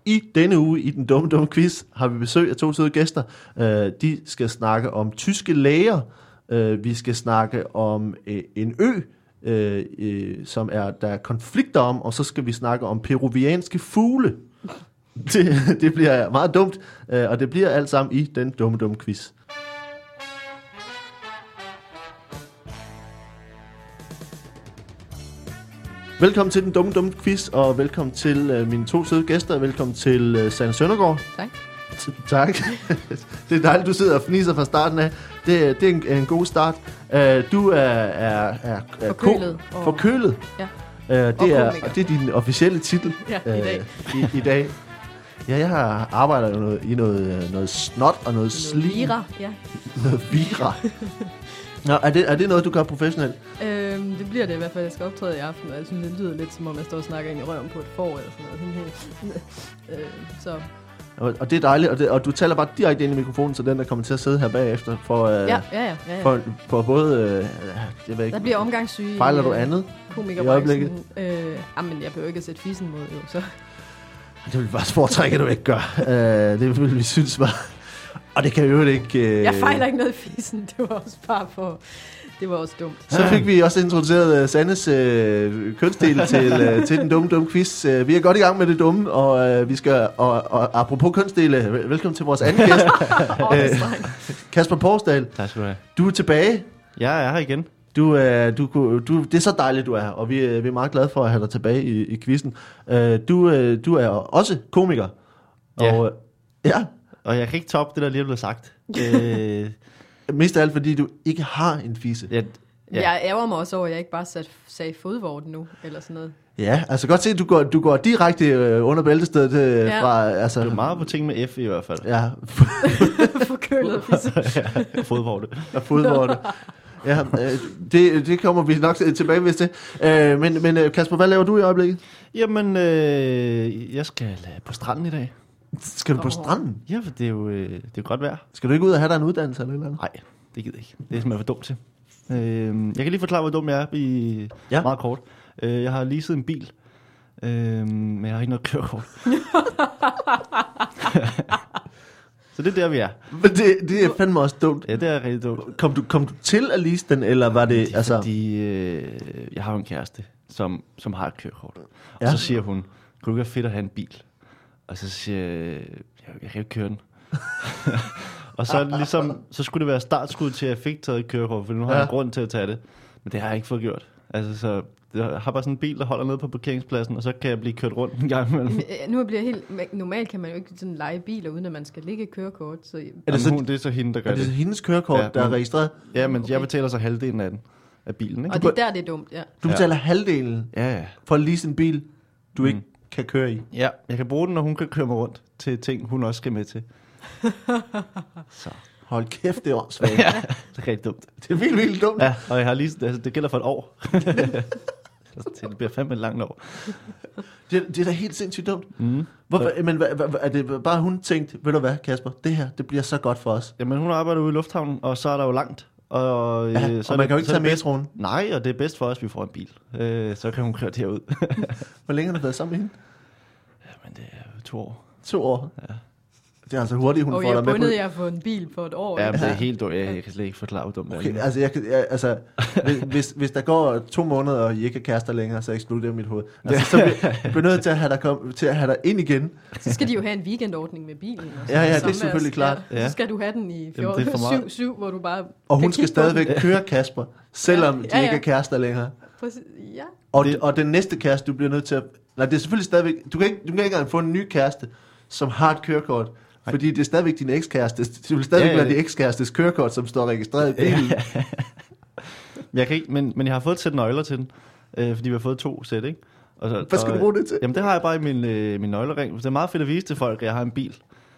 I denne uge i den dumme quiz har vi besøg af 2 søde gæster. De skal snakke om tyske læger. Vi skal snakke om en ø, som der er konflikter om, og så skal vi snakke om peruvianske fugle. Det bliver meget dumt, og det bliver alt sammen i den dumme quiz. Velkommen til den dumme quiz, og velkommen til mine 2 søde gæster. Velkommen til Sanne Søndergaard. Tak. Tak. Det er dejligt, du sidder og fniser fra starten af. Det er en god start. Du er forkølet. Forkølet. Ja. Det er din officielle titel. Ja, i dag. I dag. Ja, jeg har arbejdet i noget snot og noget slim. Vira, ja. Noget vira. Nå, er det noget, du gør professionelt? Det bliver det i hvert fald. Jeg skal optræde i aften, og jeg synes, det lyder lidt, som om jeg står og snakker ind i røven på et får eller sådan noget. Så. Og det er dejligt, og du taler bare direkte ind i mikrofonen, så den der kommer til at sidde her bagefter. For, Ja. For både... jeg ved ikke, der bliver omgangssyge. Fejler du andet i øjeblikket? Men jeg behøver ikke at sætte fisen mod, jo, så... Det vil bare foretrække, at du ikke gør. Det vil vi synes var... Og det kan jo ikke... Jeg fejler ikke noget i fisen. Det var også bare for... Det var også dumt. Så fik vi også introduceret Sannes kønsdel til den dumme quiz. Vi er godt i gang med det dumme, og vi skal... Og apropos kønsdele, velkommen til vores anden gæst. Kasper Porsdal. Tak skal du have. Du er tilbage. Jeg er her igen. Det er så dejligt, du er her, og vi er meget glade for at have dig tilbage i quizzen. Du er også komiker. Ja. Og, ja. Og jeg kan ikke toppe det, der lige blev sagt. Mest af alt, fordi du ikke har en fisse. Ja. Jeg ærger mig også over, at jeg ikke bare sagde fodvorten nu, eller sådan noget. Ja, altså godt se, at du går direkte under bæltestedet fra... Altså, det er meget på ting med F i hvert fald. Ja. Forkølet fisse. Ja, fodvorte. Ja, fodvorte. Ja, det kommer vi nok tilbage hvis det. Men Kasper, hvad laver du i øjeblikket? Jamen, jeg skal på stranden i dag. Skal du på stranden? Ja, for det er jo godt vejr. Skal du ikke ud og have dig en uddannelse eller noget? Nej, det gider jeg ikke. Det er simpelthen for dumt til. Jeg kan lige forklare, hvor dum jeg er meget kort. Jeg har leaset en bil, men jeg har ikke noget kørekort. Så det er der, vi er. Men det er fandme også dumt. Ja, det er rigtig dumt. Kom du til at lease den, eller var det... Det er altså... fordi, jeg har jo en kæreste, som har et kørekort. Og så siger hun, kunne du ikke være fedt at have en bil? Og så siger jeg kan ikke køre den. Og så ligesom, så skulle det være startskud til, at jeg fik taget et kørekort, for nu har jeg grund til at tage det. Men det har jeg ikke fået gjort. Altså, så jeg har bare sådan en bil, der holder nede på parkeringspladsen, og så kan jeg blive kørt rundt en gang imellem. Nu bliver helt... Normalt kan man jo ikke sådan lege biler, uden at man skal lægge et kørekort. Så... det er så hende, der gør det. Er det hendes kørekort, der er registreret? Ja, men jeg betaler så halvdelen af den. Af bilen, ikke? Og det er det er dumt, ja. Du betaler halvdelen for at lease en bil, du ikke kan køre i. Ja, jeg kan bruge den, når hun kan køre mig rundt til ting, hun også skal med til. Så hold kæft, det er åndssvagt. Ja, det er rigtig dumt. Det er vildt dumt. Ja, og jeg har lige, altså, det gælder for et år. Det bliver fandme et langt år. Det er da helt sindssygt dumt. Hvorfor, men er det bare hun tænkt, ved du hvad, Kasper, det her, det bliver så godt for os? Jamen, hun arbejder ude i lufthavnen, og så er der jo langt. Og man kan jo ikke tage metroen. Nej, og det er bedst for os, at vi får en bil. Så kan hun køre derud. Hvor længe har du været sammen med hende? Jamen, det er 2 år. 2 år? Ja. Det er altså hurtigt, hun får dig med på. Og jeg bundet jer for en bil på et år. Ja, men det er helt dumt. Jeg kan slet ikke forklare, hvor dumt det er. Altså, hvis der går 2 måneder, og I ikke er kærester længere, så eksploderer mit hoved. Altså, så bliver nødt til at have dig ind igen. Så skal de jo have en weekendordning med bilen. Ja, det er selvfølgelig klart. Ja. Så skal du have den i 7, hvor du bare... Og hun skal stadigvæk køre Kasper, selvom de ikke er kærester længere. Præcis, ja. Og den næste kæreste, du bliver nødt til at... Nej, det er selvfølgelig stadigvæk... Du kan ikke engang få en ny kæreste, som har et kørekort. Fordi det er stadigvæk din ekskæreste. Det vil stadigvæk være din ekskærestes kørekort, som står registreret i bilen. Jeg kan ikke, men jeg har fået et sæt nøgler til den, fordi vi har fået 2 sæt, ikke? Hvad skal du bruge det til? Jamen, det har jeg bare i min nøglering. Det er meget fedt at vise til folk, at jeg har en bil.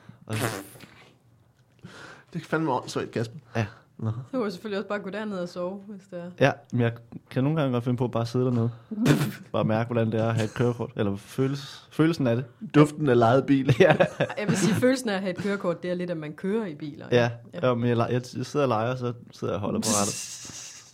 Det er fandme åndssvagt, Kasper. Ja. Så kan du selvfølgelig også bare gå derned og sove, hvis det er. Ja, men jeg kan nogle gange godt finde på at bare sidde dernede. Bare mærke, hvordan det er at have et kørekort. Eller følelsen af det. Duften af lejet bil. Ja. Jeg vil sige, følelsen af at have et kørekort, det er lidt, at man kører i biler. Ja. Men jeg sidder og leger, så sidder jeg og holder på rettet.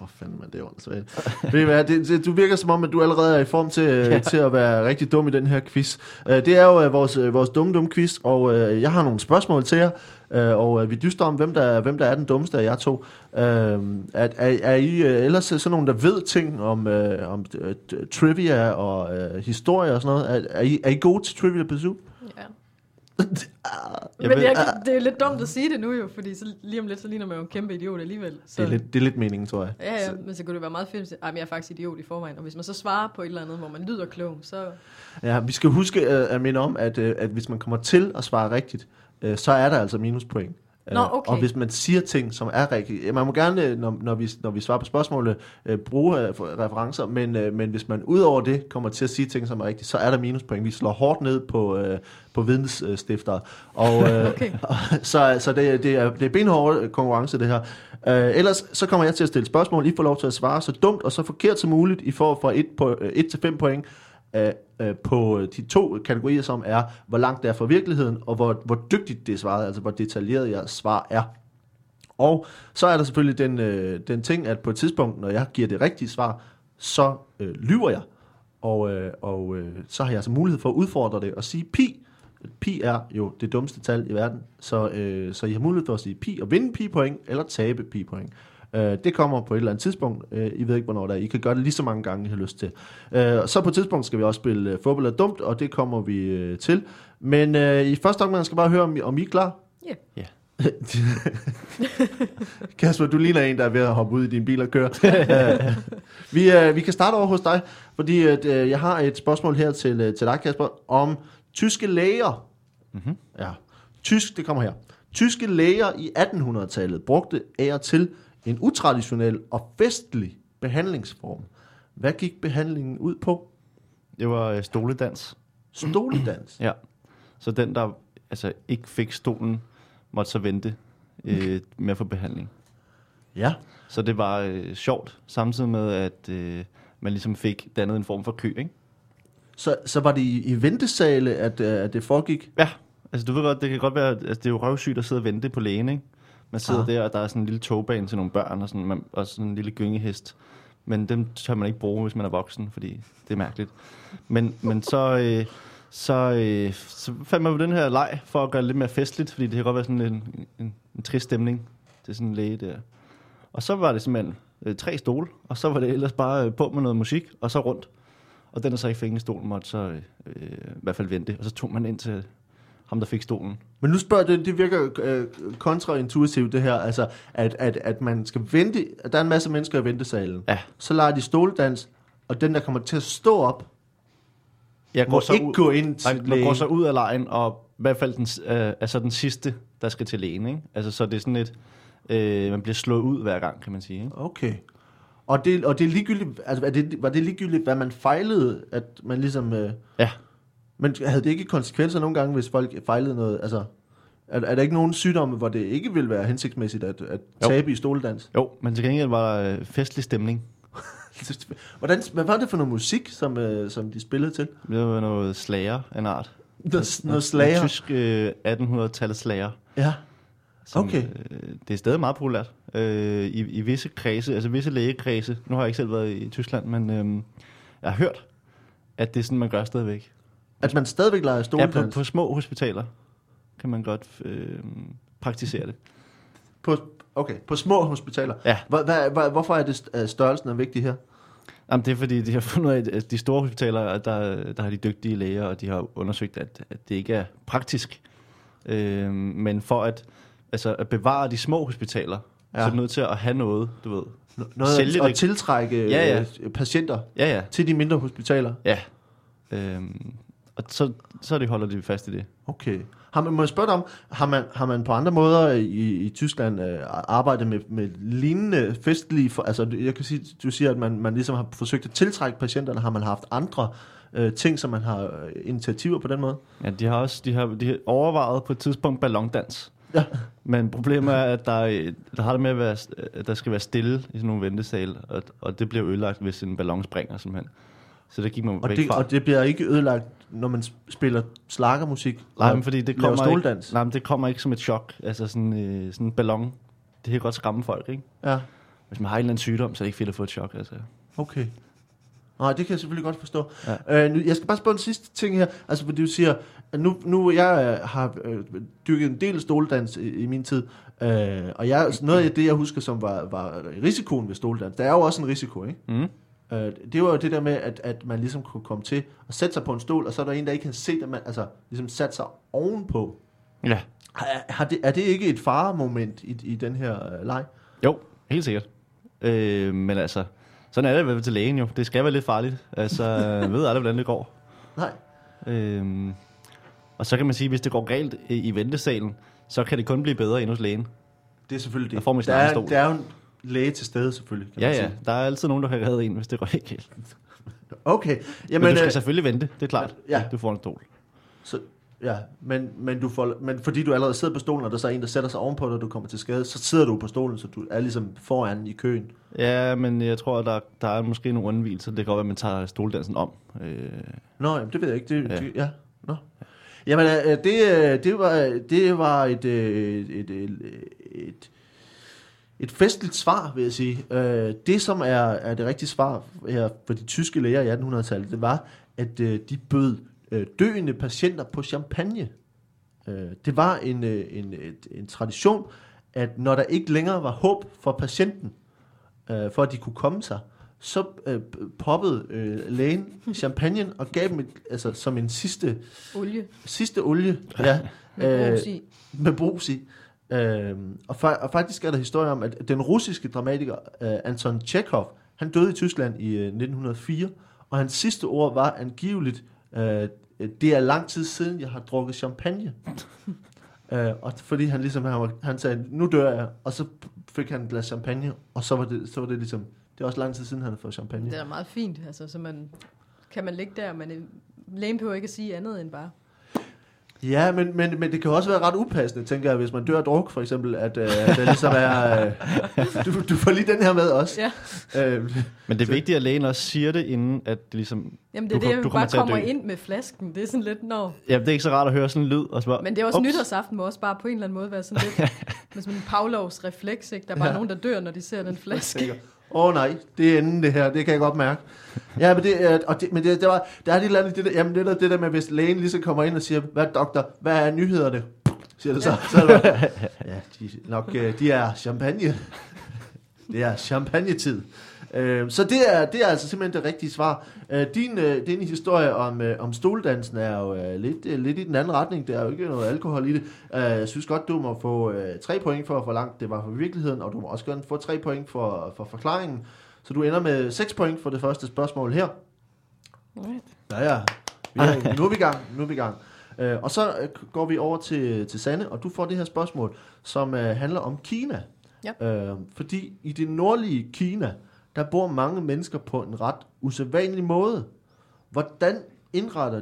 for fanden, man, det er åndssvagt. Du virker som om, at du allerede er i form til at være rigtig dum i den her quiz. Det er jo vores dumme quiz, og jeg har nogle spørgsmål til jer, og vi dyster om, hvem der er den dummeste af jer to. Er I ellers sådan nogen, der ved ting om trivia og historie og sådan noget? Er I gode til Trivial Pursuit? Ja. Men det er lidt dumt at sige det nu jo, fordi så lige om lidt, så ligner man jo en kæmpe idiot alligevel. Så. Det er lidt meningen, tror jeg. Ja, men så kunne det være meget fedt. Jeg er faktisk idiot i forvejen, og hvis man så svarer på et eller andet, hvor man lyder klog, så... Ja, vi skal huske at minde om, at hvis man kommer til at svare rigtigt, så er der altså minuspoint. Okay. Og hvis man siger ting, som er rigtige, man må gerne, når vi svarer på spørgsmålet, bruge referencer, men hvis man udover det kommer til at sige ting, som er rigtige, så er der minuspoint. Vi slår hårdt ned på vidensstiftere. Og, okay. så det er benhård konkurrence, det her. Ellers så kommer jeg til at stille spørgsmål. I får lov til at svare så dumt og så forkert som muligt. I får fra 1 til 5 point. På de 2 kategorier, som er, hvor langt det er fra virkeligheden, og hvor dygtigt det er svaret, altså hvor detaljeret jeres svar er. Og så er der selvfølgelig den ting, at på et tidspunkt, når jeg giver det rigtige svar, så lyver jeg. Og så har jeg altså mulighed for at udfordre det og sige pi. Pi er jo det dummeste tal i verden, så I har mulighed for at sige pi og vinde pi-point, eller tabe pi-point. Det kommer på et eller andet tidspunkt. I ved ikke, hvornår det er. I kan gøre det lige så mange gange, I har lyst til. Så på et tidspunkt skal vi også spille fodbold er dumt, og det kommer vi til. Men i første omgang skal jeg bare høre, om I er klar? Ja. Kasper, du ligner en, der er ved at hoppe ud i din bil og køre. Vi kan starte over hos dig, fordi jeg har et spørgsmål her til dig, Kasper, om tyske læger. Mm-hmm. Ja. Det kommer her. Tyske læger i 1800-tallet brugte af og til en utraditionel og festlig behandlingsform. Hvad gik behandlingen ud på? Det var stoledans. Stoledans? Ja. Så den, der altså ikke fik stolen, måtte så vente med at få behandling. Ja. Så det var sjovt, samtidig med, at man ligesom fik dannet en form for kø, ikke? Så var det i ventesale, at det foregik? Ja. Altså du ved godt, det kan godt være, at det er jo røvsygt at sidde og vente på lægen, ikke? Man sidder der, og der er sådan en lille togbane til nogle børn, og sådan en lille gyngehest. Men dem tør man ikke bruge, hvis man er voksen, fordi det er mærkeligt. Men så fandt man på den her leg for at gøre det lidt mere festligt, fordi det kan godt være sådan en trist stemning til sådan en læge der. Og så var det simpelthen 3 stole, og så var det ellers bare på med noget musik, og så rundt. Og den, der så ikke fik en stol, måtte så i hvert fald vente. Og så tog man ind til ham, der fik stolen. Men nu spørger det virker kontraintuitivt det her, altså at man skal vente, at der er en masse mennesker i ventesalen. Ja. Så leger de stoledans, og den, der kommer til at stå op, må ikke gå ind til lægen. Man går så ud af lejen, og i hvert fald den sidste, der skal til lægen, ikke? Altså så det er sådan et, man bliver slået ud hver gang, kan man sige, ikke? Okay. Og det er ligegyldigt, altså var det ligegyldigt, hvad man fejlede, at man ligesom... Ja. Men havde det ikke konsekvenser nogle gange, hvis folk fejlede noget? Altså, er der ikke nogen sygdomme, hvor det ikke vil være hensigtsmæssigt at tabe i stoledans? Jo, men til gengæld var der festlig stemning. Hvad var det for noget musik, som de spillede til? Det var noget slager af en art. Noget slager? Noget tysk 1800-tallet slager. Ja, okay. Det er stadig meget populært i visse kredse, altså visse lægekredse. Nu har jeg ikke selv været i Tyskland, men jeg har hørt, at det er sådan, man gør stadigvæk. At man stadigvæk leger stoledans? Ja, på små hospitaler kan man godt praktisere det. På små hospitaler? Ja. Hvorfor er det størrelsen er vigtig her? Jamen, det er fordi, de har fundet ud af, at de store hospitaler, der har de dygtige læger, og de har undersøgt, at det ikke er praktisk. Men for at bevare de små hospitaler, så er det nødt til at have noget, du ved. Noget at tiltrække patienter til de mindre hospitaler? Ja. Og så holder de fast i det. Okay. Må jeg spørge dig om, har man på andre måder i Tyskland arbejdet med lignende festlige... Altså, jeg kan sige, du siger, at man ligesom har forsøgt at tiltrække patienterne. Har man haft andre ting, som man har initiativer på den måde? Ja, de har overvejet på et tidspunkt ballondans. Ja. Men problemet er, at der har det med at være, at der skal være stille i sådan nogle ventesale, og det bliver ødelagt, hvis en ballon springer simpelthen. Så det gik man væk fra. Og det bliver ikke ødelagt, når man spiller slagermusik? Nej, men fordi det kommer ikke som et chok. Altså sådan en ballon, det kan godt skræmme folk, ikke? Ja. hvis man har en eller anden sygdom, så er det ikke fedt at få et chok. Altså. Okay. Nej, det kan jeg selvfølgelig godt forstå. Ja. Jeg skal bare spørge en sidste ting her. Altså, fordi du siger, at nu jeg har dyrket en del stoledans i min tid, og noget af det, jeg husker, som var risikoen ved stoledans, der er jo også en risiko, ikke? Mm. Det var jo det der med, at man ligesom kunne komme til at sætte sig på en stol, og så er der en, der ikke kan se, at man altså ligesom sat sig ovenpå. Ja. Er det ikke et faremoment i den her leg? Jo, helt sikkert. Men altså, sådan er det vel til lægen jo. Det skal være lidt farligt. Altså, jeg ved aldrig, hvordan det går. Nej. Og så kan man sige, hvis det går galt i ventesalen, så kan det kun blive bedre end hos lægen. Det er selvfølgelig det. Der får man der er jo en læge til stede, selvfølgelig. Kan man sige. Der er altid nogen, der kan redde en, hvis det går ikke helt. Okay. Jamen, men du skal selvfølgelig vente, det er klart. Ja. Du får en stol. Så, ja, men fordi du allerede sidder på stolen, og der så er en, der sætter sig ovenpå dig, og du kommer til skade, så sidder du på stolen, så du er ligesom foran i køen. Ja, men jeg tror, at der er måske nogle undvigelser. Det kan godt være, at man tager stoldansen om. Nå, jamen, det ved jeg ikke. Ja. Nå. Jamen, det var et festligt svar, vil jeg sige. Det, som er det rigtige svar her for de tyske læger i 1800-tallet, det var, at de bød døende patienter på champagne. Det var en tradition, at når der ikke længere var håb for patienten, for at de kunne komme sig, så poppede lægen champagnen og gav dem som en sidste olie. Ja, med brus i. Og faktisk er der historie om, at den russiske dramatiker Anton Tjekhov, han døde i Tyskland i 1904, og hans sidste ord var angiveligt, det er lang tid siden, jeg har drukket champagne. Og fordi han ligesom, han sagde, nu dør jeg, og så fik han et glas champagne, og så var det ligesom, det er også lang tid siden, han har fået champagne. Det er meget fint, altså, så kan man ligge der, men lægen behøver ikke at sige andet end bare. Ja, men det kan også være ret upassende, tænker jeg, hvis man dør af druk, for eksempel, at det ligesom er... du får lige den her med også. Ja. Men det er vigtigt, at lægen også siger det, inden at det ligesom... Jamen det er det, at bare kommer ind med flasken. Det er sådan lidt, Jamen det er ikke så rart at høre sådan en lyd. Og så bare, men det er også nytårsaften, må også bare på en eller anden måde være sådan lidt... med sådan en Pavlovs refleks, ikke? Der er bare nogen, der dør, når de ser den flaske. Nej, det er enden det her, det kan jeg godt mærke. Ja, men der er det eller andet, det der med, hvis lægen lige så kommer ind og siger, hvad er nyhederne? Siger det så. Så er det bare, de er champagne. Det er champagnetid. Så det er altså simpelthen det rigtige svar. Din historie om stoldansen er jo lidt i den anden retning. Der er jo ikke noget alkohol i det. Jeg synes godt, du må få 3 point for, hvor langt det var for virkeligheden, og du må også gerne få 3 point for forklaringen. Så du ender med 6 point for det første spørgsmål her. Ja. Nu er vi i gang. Og så går vi over til Sanne, og du får det her spørgsmål, som handler om Kina. Ja. Fordi i det nordlige Kina, der bor mange mennesker på en ret usædvanlig måde. Hvordan indretter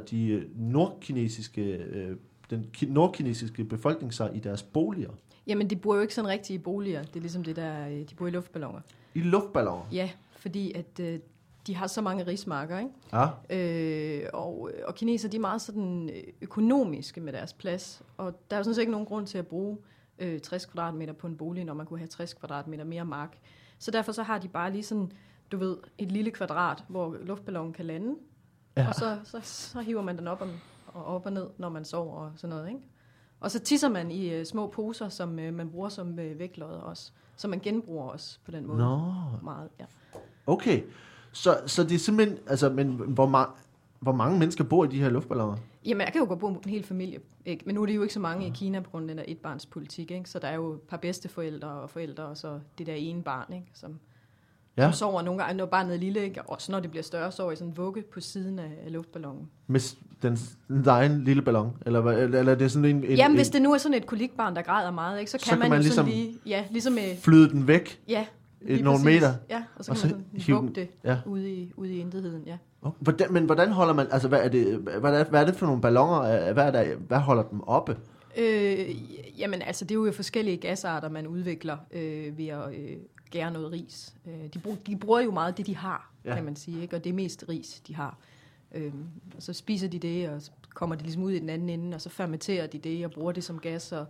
den nordkinesiske befolkning sig i deres boliger? Jamen, de bor jo ikke sådan rigtigt i boliger. Det er ligesom det der, de bor i luftballoner. I luftballoner? Ja, fordi at de har så mange rismarker, ikke? Ja. Og kineser, de er meget sådan økonomiske med deres plads. Og der er jo sådan set ikke nogen grund til at bruge 60 kvadratmeter på en bolig, når man kunne have 60 kvadratmeter mere mark. Så derfor så har de bare lige sådan, du ved, et lille kvadrat, hvor luftballonen kan lande. Ja. Og så hiver man den op og ned, når man sover og sådan noget, ikke? Og så tisser man i små poser, som man bruger som vægtlodder også. Så man genbruger også på den måde. Meget, ja. Okay, så det er simpelthen, altså, men hvor mange mennesker bor i de her luftballoner? Jamen, jeg kan jo godt bo en hel familie, ikke? Men nu er det jo ikke så mange i Kina på grund af den der etbarnspolitik, ikke? Så der er jo et par bedsteforældre og forældre, og så det der ene barn, ikke? Som sover nogle gange, når barnet er lille, ikke? Og så når det bliver større, sover i sådan en vugge på siden af luftballonen. Med den egen lille ballon? Eller er det sådan en... Jamen, hvis det nu er sådan et kolikbarn, der græder meget, ikke? Så kan man jo ligesom sådan lige... Ja, ligesom med... Flyde den væk? Ja. Nogle meter? Ja, og så kan man sådan vugge det ude i intetheden, ja. Okay. Men hvordan holder man... Altså, hvad er det for nogle balloner? Hvad holder dem oppe? Jamen, altså, det er jo forskellige gasarter, man udvikler ved at gære noget ris. De bruger jo meget det, de har, kan man sige, ikke? Og det er mest ris, de har. Og så spiser de det, og så kommer det ligesom ud i den anden ende, og så fermenterer de det, og bruger det som gas, og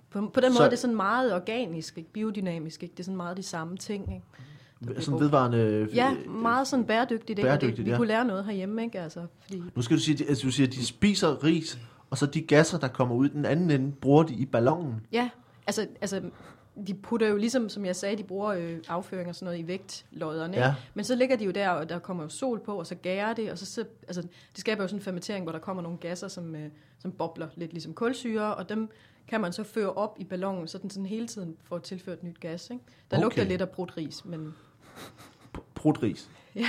På den måde er det sådan meget organisk, ikke? Biodynamisk, ikke? Det er sådan meget de samme ting, ikke? Sådan vedvarende... Ja, meget sådan bæredygtigt, ikke? Vi kunne lære noget herhjemme, ikke? Altså, fordi... Nu skal du sige, at du siger, at de spiser ris, og så de gasser, der kommer ud den anden ende, bruger de i ballonen. Ja, altså de putter jo ligesom, som jeg sagde, de bruger afføring og sådan noget i vægtlodderne, ikke? Men så ligger de jo der, og der kommer jo sol på, og så gærer det, og så altså, det skaber jo sådan en fermentering, hvor der kommer nogle gasser, som bobler lidt ligesom kulsyre, og dem kan man så føre op i ballonen, så den sådan hele tiden får tilført nyt gas, ikke? Der lugter lidt af brudt ris, men... Brudt ris? Ja.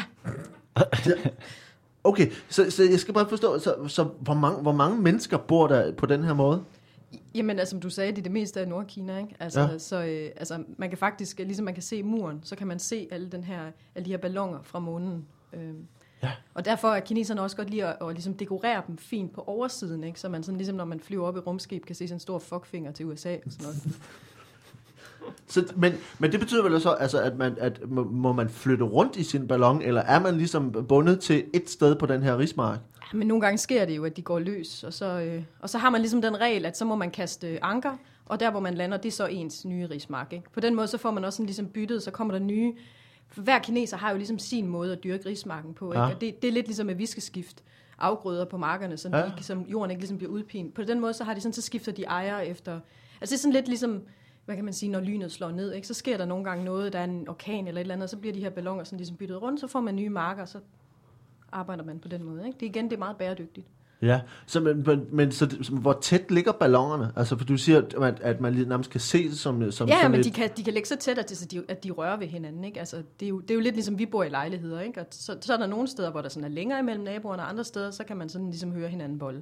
Okay, så jeg skal bare forstå, så hvor mange mennesker bor der på den her måde? Jamen, altså, som du sagde, det meste af Nordkina, ikke? Altså, altså, man kan faktisk, ligesom man kan se muren, så kan man se alle de her balloner fra månen. Og derfor er kineserne også godt lide at ligesom dekorere dem fint på oversiden, ikke? Så man sådan ligesom, når man flyver op i rumskib, kan se sådan en stor fuckfinger til USA og sådan noget. Så, men det betyder vel så, altså, at må man flytte rundt i sin ballon, eller er man ligesom bundet til et sted på den her rismark? Ja, men nogle gange sker det jo, at de går løs, og så har man ligesom den regel, at så må man kaste anker, og der hvor man lander, det er så ens nye rismark, ikke? På den måde, så får man også sådan ligesom byttet, så kommer der nye. Hver kineser har jo ligesom sin måde at dyrke rismarken på, ikke? Og det er lidt ligesom, at vi skal skifte afgrøder på markerne, så jorden ikke ligesom bliver udpint. På den måde, så skifter de ejere efter. Altså det er sådan lidt ligesom, hvad kan man sige, når lynet slår ned, ikke? Så sker der nogle gange noget, der er en orkan eller et eller andet, og så bliver de her balloner sådan ligesom byttet rundt, så får man nye marker, så arbejder man på den måde, ikke? Det er meget bæredygtigt. Ja, men hvor tæt ligger ballonerne? Altså, for du siger, at man nærmest kan se det som ja, men de kan ligge så tæt, at de rører ved hinanden, ikke? Altså, det er jo lidt ligesom vi bor i lejligheder, ikke? Og så er der nogle steder, hvor der sådan er længere imellem naboerne, og andre steder, så kan man sådan ligesom høre hinanden bolle.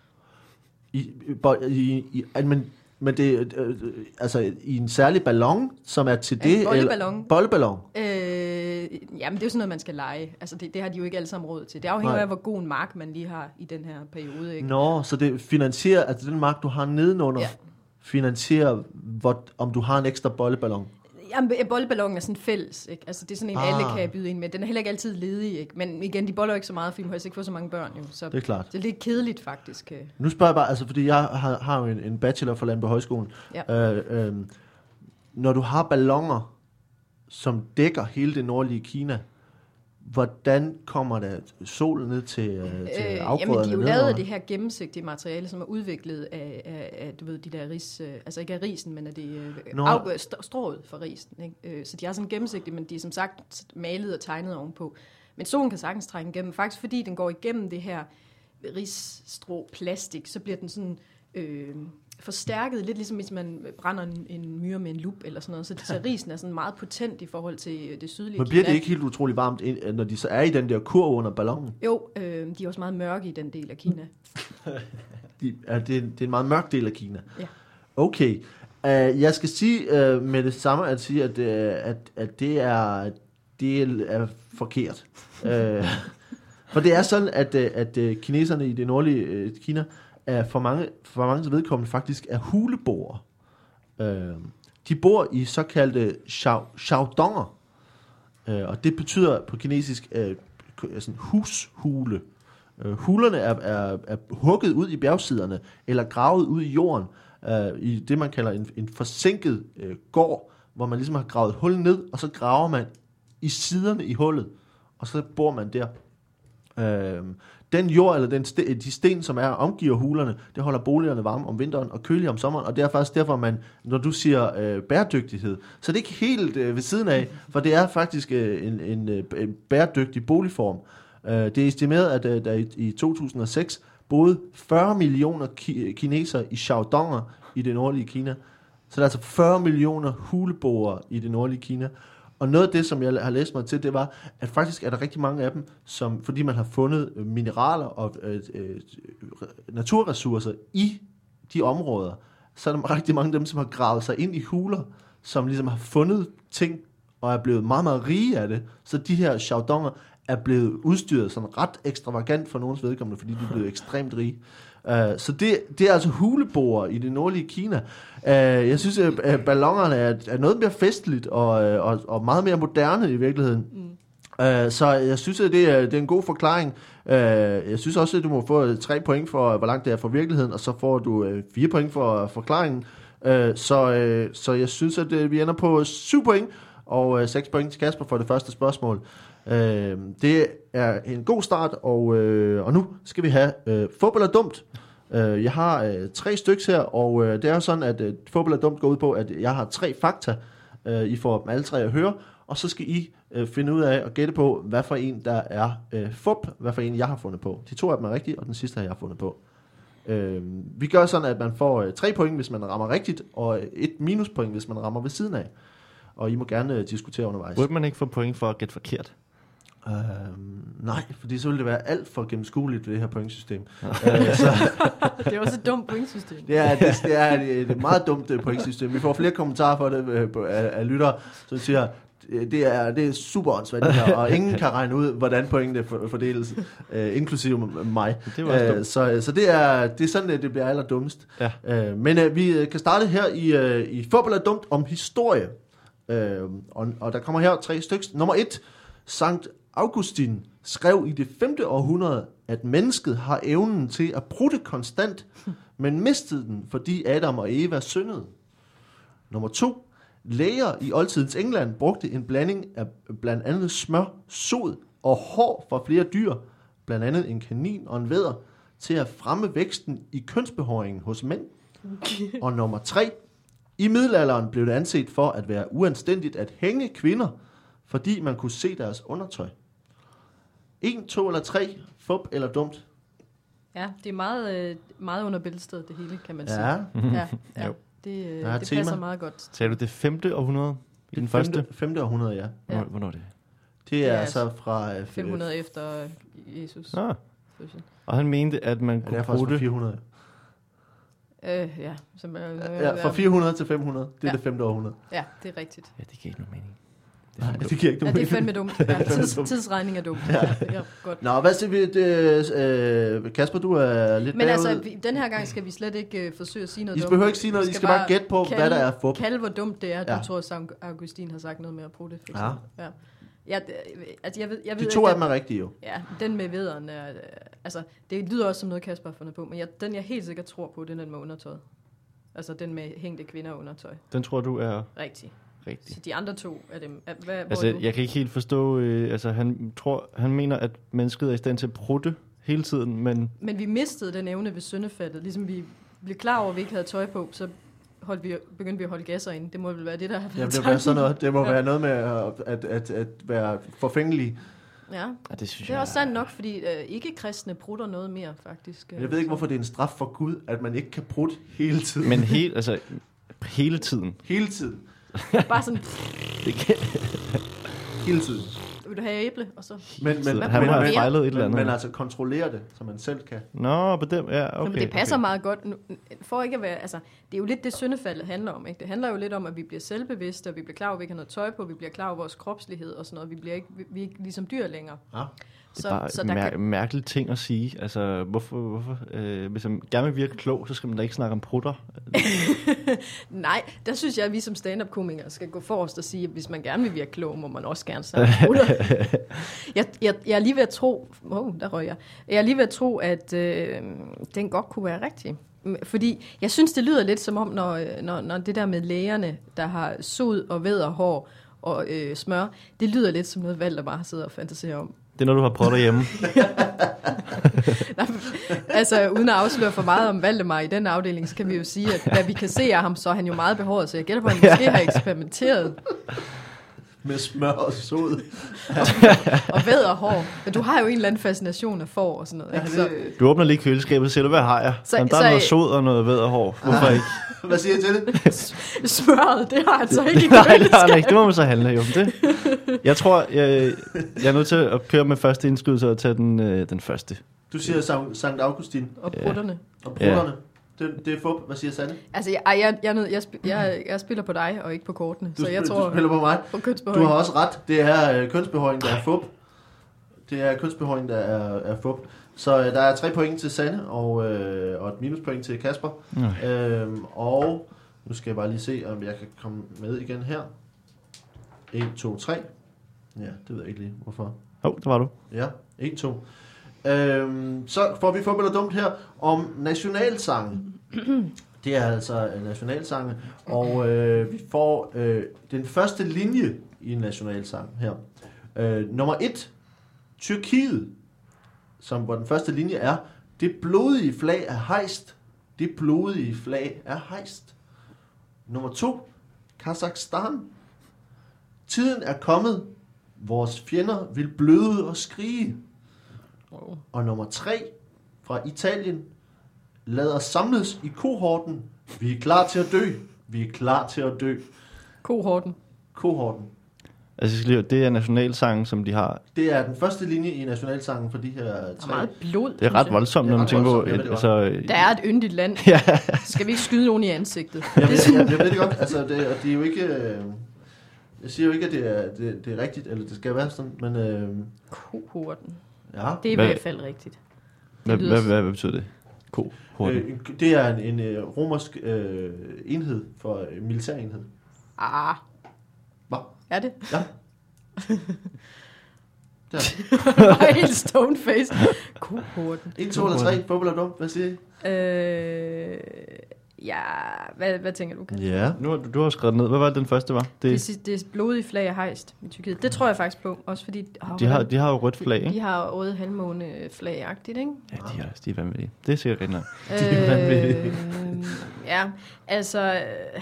Men det er altså i en særlig ballon, som er til det? Bolleballon. Bolleballon? Jamen det er jo sådan noget, man skal lege. Altså det har de jo ikke alle sammen råd til. Det afhænger af, hvor god en mark man lige har i den her periode, ikke? Nå, så det finansierer, altså den mark, du har nedenunder, finansierer, om du har en ekstra bolleballon? Jamen, bolleballonen er sådan fælles, ikke? Altså det er sådan en, alle kan byde ind med. Den er heller ikke altid ledig, ikke? Men igen, de boller ikke så meget, fordi vi har ikke fået så mange børn, jo. Så det er klart. Det er lidt kedeligt, faktisk. Nu spørger jeg bare, altså fordi jeg har jo en bachelor fra Landbohøjskolen. Højskolen. Når du har balloner, som dækker hele det nordlige Kina, hvordan kommer der solen ned til afgrøderne? Jamen, de er jo lavet af det her gennemsigtige materiale, som er udviklet af du ved, de der ris, altså ikke af risen, men af det strået for risen, ikke? Så de er sådan gennemsigtige, men de er som sagt malet og tegnet ovenpå. Men solen kan sagtens trænge igennem, faktisk fordi den går igennem det her risstrå plastik, så bliver den sådan forstærket, lidt ligesom hvis man brænder en myre med en lup eller sådan noget, så risen er sådan meget potent i forhold til det sydlige Kina. Men bliver det ikke helt utrolig varmt, når de så er i den der kurv under ballonen? Jo, de er også meget mørke i den del af Kina. Det er en meget mørk del af Kina? Ja. Okay. Jeg skal sige med det samme, at sige, at det er forkert. For det er sådan, at kineserne i det nordlige Kina er for mange vedkommende faktisk er huleboere. De bor i såkaldte xiaodonger, og det betyder på kinesisk sådan hushule. Hulerne er hugget ud i bjergsiderne, eller gravet ud i jorden, i det man kalder en forsinket gård, hvor man ligesom har gravet et hul ned, og så graver man i siderne i hullet, og så bor man der. Den jord eller de sten, som omgiver hulerne, det holder boligerne varme om vinteren og kølige om sommeren, og det er faktisk derfor, man, når du siger bæredygtighed, så det er ikke helt ved siden af, for det er faktisk en bæredygtig boligform. Det er estimeret, at der i 2006 boede 40 millioner kinesere i xiaodonger i det nordlige Kina. Så der er altså 40 millioner huleboere i det nordlige Kina. Og noget af det, som jeg har læst mig til, det var, at faktisk er der rigtig mange af dem, som, fordi man har fundet mineraler og naturressourcer i de områder, så er der rigtig mange af dem, som har gravet sig ind i huler, som ligesom har fundet ting, og er blevet meget, meget rige af det. Så de her xiaodonger er blevet udstyret sådan ret ekstravagant for nogens vedkommende, fordi de er blevet ekstremt rige. Så det er altså huleboere i det nordlige Kina. Jeg synes, at ballonerne er noget mere festligt og meget mere moderne i virkeligheden. Så jeg synes, at det er en god forklaring. Jeg synes også, at du må få 3 point for, hvor langt det er fra virkeligheden, og så får du 4 point for forklaringen. Så jeg synes, at vi ender på 7 point, og 6 point til Kasper for det første spørgsmål. Det er en god start, og nu skal vi have fup eller dumt. Jeg har 3 stykker her, og det er jo sådan, at fup eller dumt går ud på, at jeg har 3 fakta. I får dem alle 3 at høre, og så skal I finde ud af og gætte på, hvad for en der er fup, hvad for en jeg har fundet på. De 2 af dem er rigtige, og den sidste har jeg fundet på. Vi gør sådan, at man får 3 point, hvis man rammer rigtigt, og 1 minuspoint, hvis man rammer ved siden af. Og I må gerne diskutere undervejs. Burde man ikke få point for at gætte forkert? Nej, fordi så vil det være alt for gennemskueligt, det her pointsystem. Det er også et dumt pointsystem. Det er et meget dumt pointsystem. Vi får flere kommentarer for det af lyttere, som siger, det er super åndssvagt det her, og ingen kan regne ud, hvordan pointene fordeles, inklusive mig. Så det er sådan, at det bliver allerdummest. Ja. Men vi kan starte her i fup eller dumt om historie. Og der kommer her 3 stykker. Nummer 1. Sankt Augustin skrev i det 5. århundrede, at mennesket har evnen til at prutte konstant, men mistede den, fordi Adam og Eva syndede. Nummer 2. Læger i oldtidens England brugte en blanding af blandt andet smør, sod og hår fra flere dyr, blandt andet en kanin og en vædder, til at fremme væksten i kønsbehåringen hos mænd. Og nummer 3. I middelalderen blev det anset for at være uanstændigt at hænge kvinder, fordi man kunne se deres undertøj. 1, 2 eller 3, fup eller dumt? Ja, det er meget, meget under bæltestedet, det hele, kan man sige. Ja. Ja. Det tema. passer meget godt. Sagde du det 5. århundrede? I den første? 5. århundrede, ja. Hvornår er det? Det er altså fra... 500 efter Jesus. Ah. Og han mente, at man kunne bruge det... 400. Ja. Fra 400 til 500. Det er det 5. århundrede. Ja, det er rigtigt. Ja, det giver ikke nogen mening. Nej, det giver ikke nogen mening. Ja, det er fandme dumt. Tidsregning er dumt. Ja, godt. Nå, hvad siger vi? Kasper, du er lidt men bagud. Altså, den her gang skal vi slet ikke forsøge at sige noget dumt. I behøver ikke sige noget, I skal bare gætte på, hvad der er fup. Kalde, hvor dumt det er. Du tror, at Sankt Augustin har sagt noget med at bruge det. Ja. Ja, altså jeg ved de 2 af dem er rigtige jo. Ja, den med vædderen er... Altså, det lyder også som noget, Kasper har fundet på, men den jeg helt sikkert tror på, den med undertøjet. Altså den med hængte kvinder undertøj. Den tror du er... Rigtig. Så de andre 2 af dem... Jeg kan ikke helt forstå... han mener, at mennesket er i stand til at prutte hele tiden, men... Men vi mistede den evne ved syndefaldet. Ligesom vi blev klar over, at vi ikke havde tøj på, så begyndte vi at holde gasser inde. Det må vel være det, der har været det må være noget med at være forfængelig. Ja, det synes det er også sandt nok, fordi ikke-kristne prutter noget mere, faktisk. Jeg ved ikke, hvorfor det er en straf for Gud, at man ikke kan prutte hele tiden. Men hele tiden? Hele tiden. Bare sådan... Hele tiden. Vil du have æble? Og så... Men altså kontrollere det, så man selv kan. Nå, på dem, ja, okay. Men det passer meget godt. For ikke at være... Altså, det er jo lidt det syndefaldet handler om, ikke? Det handler jo lidt om, at vi bliver selvbevidste, og vi bliver klar over, at vi ikke har noget tøj på, vi bliver klar over vores kropslighed og sådan noget. Vi er ikke ligesom dyr længere. Ja. Det er bare en mærkelig ting at sige. Altså, hvorfor hvis man gerne vil virke klog, så skal man da ikke snakke om prutter. Nej, der synes jeg, at vi som stand-up-komikere skal gå forrest og sige, at hvis man gerne vil virke klog, må man også gerne snakke om prutter. Jeg er lige ved at tro... der røg jeg. Jeg er lige ved at tro, at den godt kunne være rigtig. Fordi jeg synes, det lyder lidt som om, når det der med lægerne, der har sod og vædder, hår og smør, det lyder lidt som noget, Valdemar sidder og fantaserer om. Det er noget, du har prøvet derhjemme. Altså, uden at afsløre for meget om Valdemar i den afdeling, så kan vi jo sige, at hvad vi kan se af ham, så er han jo meget behåret, så jeg gætter på, at han måske har eksperimenteret. Med smør og sod. og vædder og hår. Men du har jo en eller anden fascination af får og sådan noget. Ikke? Så... Du åbner lige køleskabet og siger, hvad har jeg? Der er noget sod og noget vædder og hår. Hvorfor ikke? Hvad siger jeg til det? Smøret, det har altså ikke i Nej, det må man så handle jo. Det. Jeg tror, jeg er nødt til at køre med første indskydelse og tage den første. Du siger Sankt Augustin. Og prutterne. Og prutterne. Det er fup. Hvad siger Sanne? Altså, jeg spiller på dig, og ikke på kortene. Så jeg tror, du spiller på mig. På du har også ret. Det er kønsbehåring, der er fup. Det er kønsbehåring, der er fup. Så der er 3 point til Sanne, og et minuspoint til Kasper. Og nu skal jeg bare lige se, om jeg kan komme med igen her. 1, 2, 3. Ja, det ved jeg ikke lige, hvorfor. Det var du. Ja, 1, 2. Så får vi fup eller dumt her om nationalsangen. Det er altså nationalsange, og vi får den første linje i en nationalsang her. Nummer 1, Tyrkiet, hvor den første linje er, det blodige flag er hejst. Det blodige flag er hejst. Nummer 2, Kazakhstan. Tiden er kommet. Vores fjender vil bløde og skrige. Wow. Og nummer 3, fra Italien. Lad os samles i kohorten. Vi er klar til at dø. Vi er klar til at dø. Kohorten. Kohorten. Altså, det er nationalsangen, som de har. Det er den første linje i nationalsangen for de her Der er 3. meget blod. Det er ret voldsomt, når man tænker på. Altså, Der er et yndigt land. Ja. Skal vi ikke skyde nogen i ansigtet? Jeg ved det godt. Altså, det er jo ikke... Jeg siger jo ikke, at det er rigtigt, eller det skal være sådan, men... Kohorten. Ja. Det er i hvert fald rigtigt. Hvad betyder det? Kohorten. Det er en romersk enhed for militærenhed. Hvad? Er det? Ja. Der. Bare helt stoneface. Kohorten. 1, 2 eller 3. Fodbold er dumt. Hvad siger I? Ja, hvad tænker du, Kasper? Ja. Nu du har skrevet ned. Hvad var det, den første var? Det blodige flag er hejst i Tyrkiet. Det tror jeg faktisk på. Også fordi... De har jo rødt flag, ikke? De har røde halvmåne flagagtigt, ikke? Ja, de er vanvittige. Det er sikkert rigtigt nok. De er vanvittige. Ja, altså...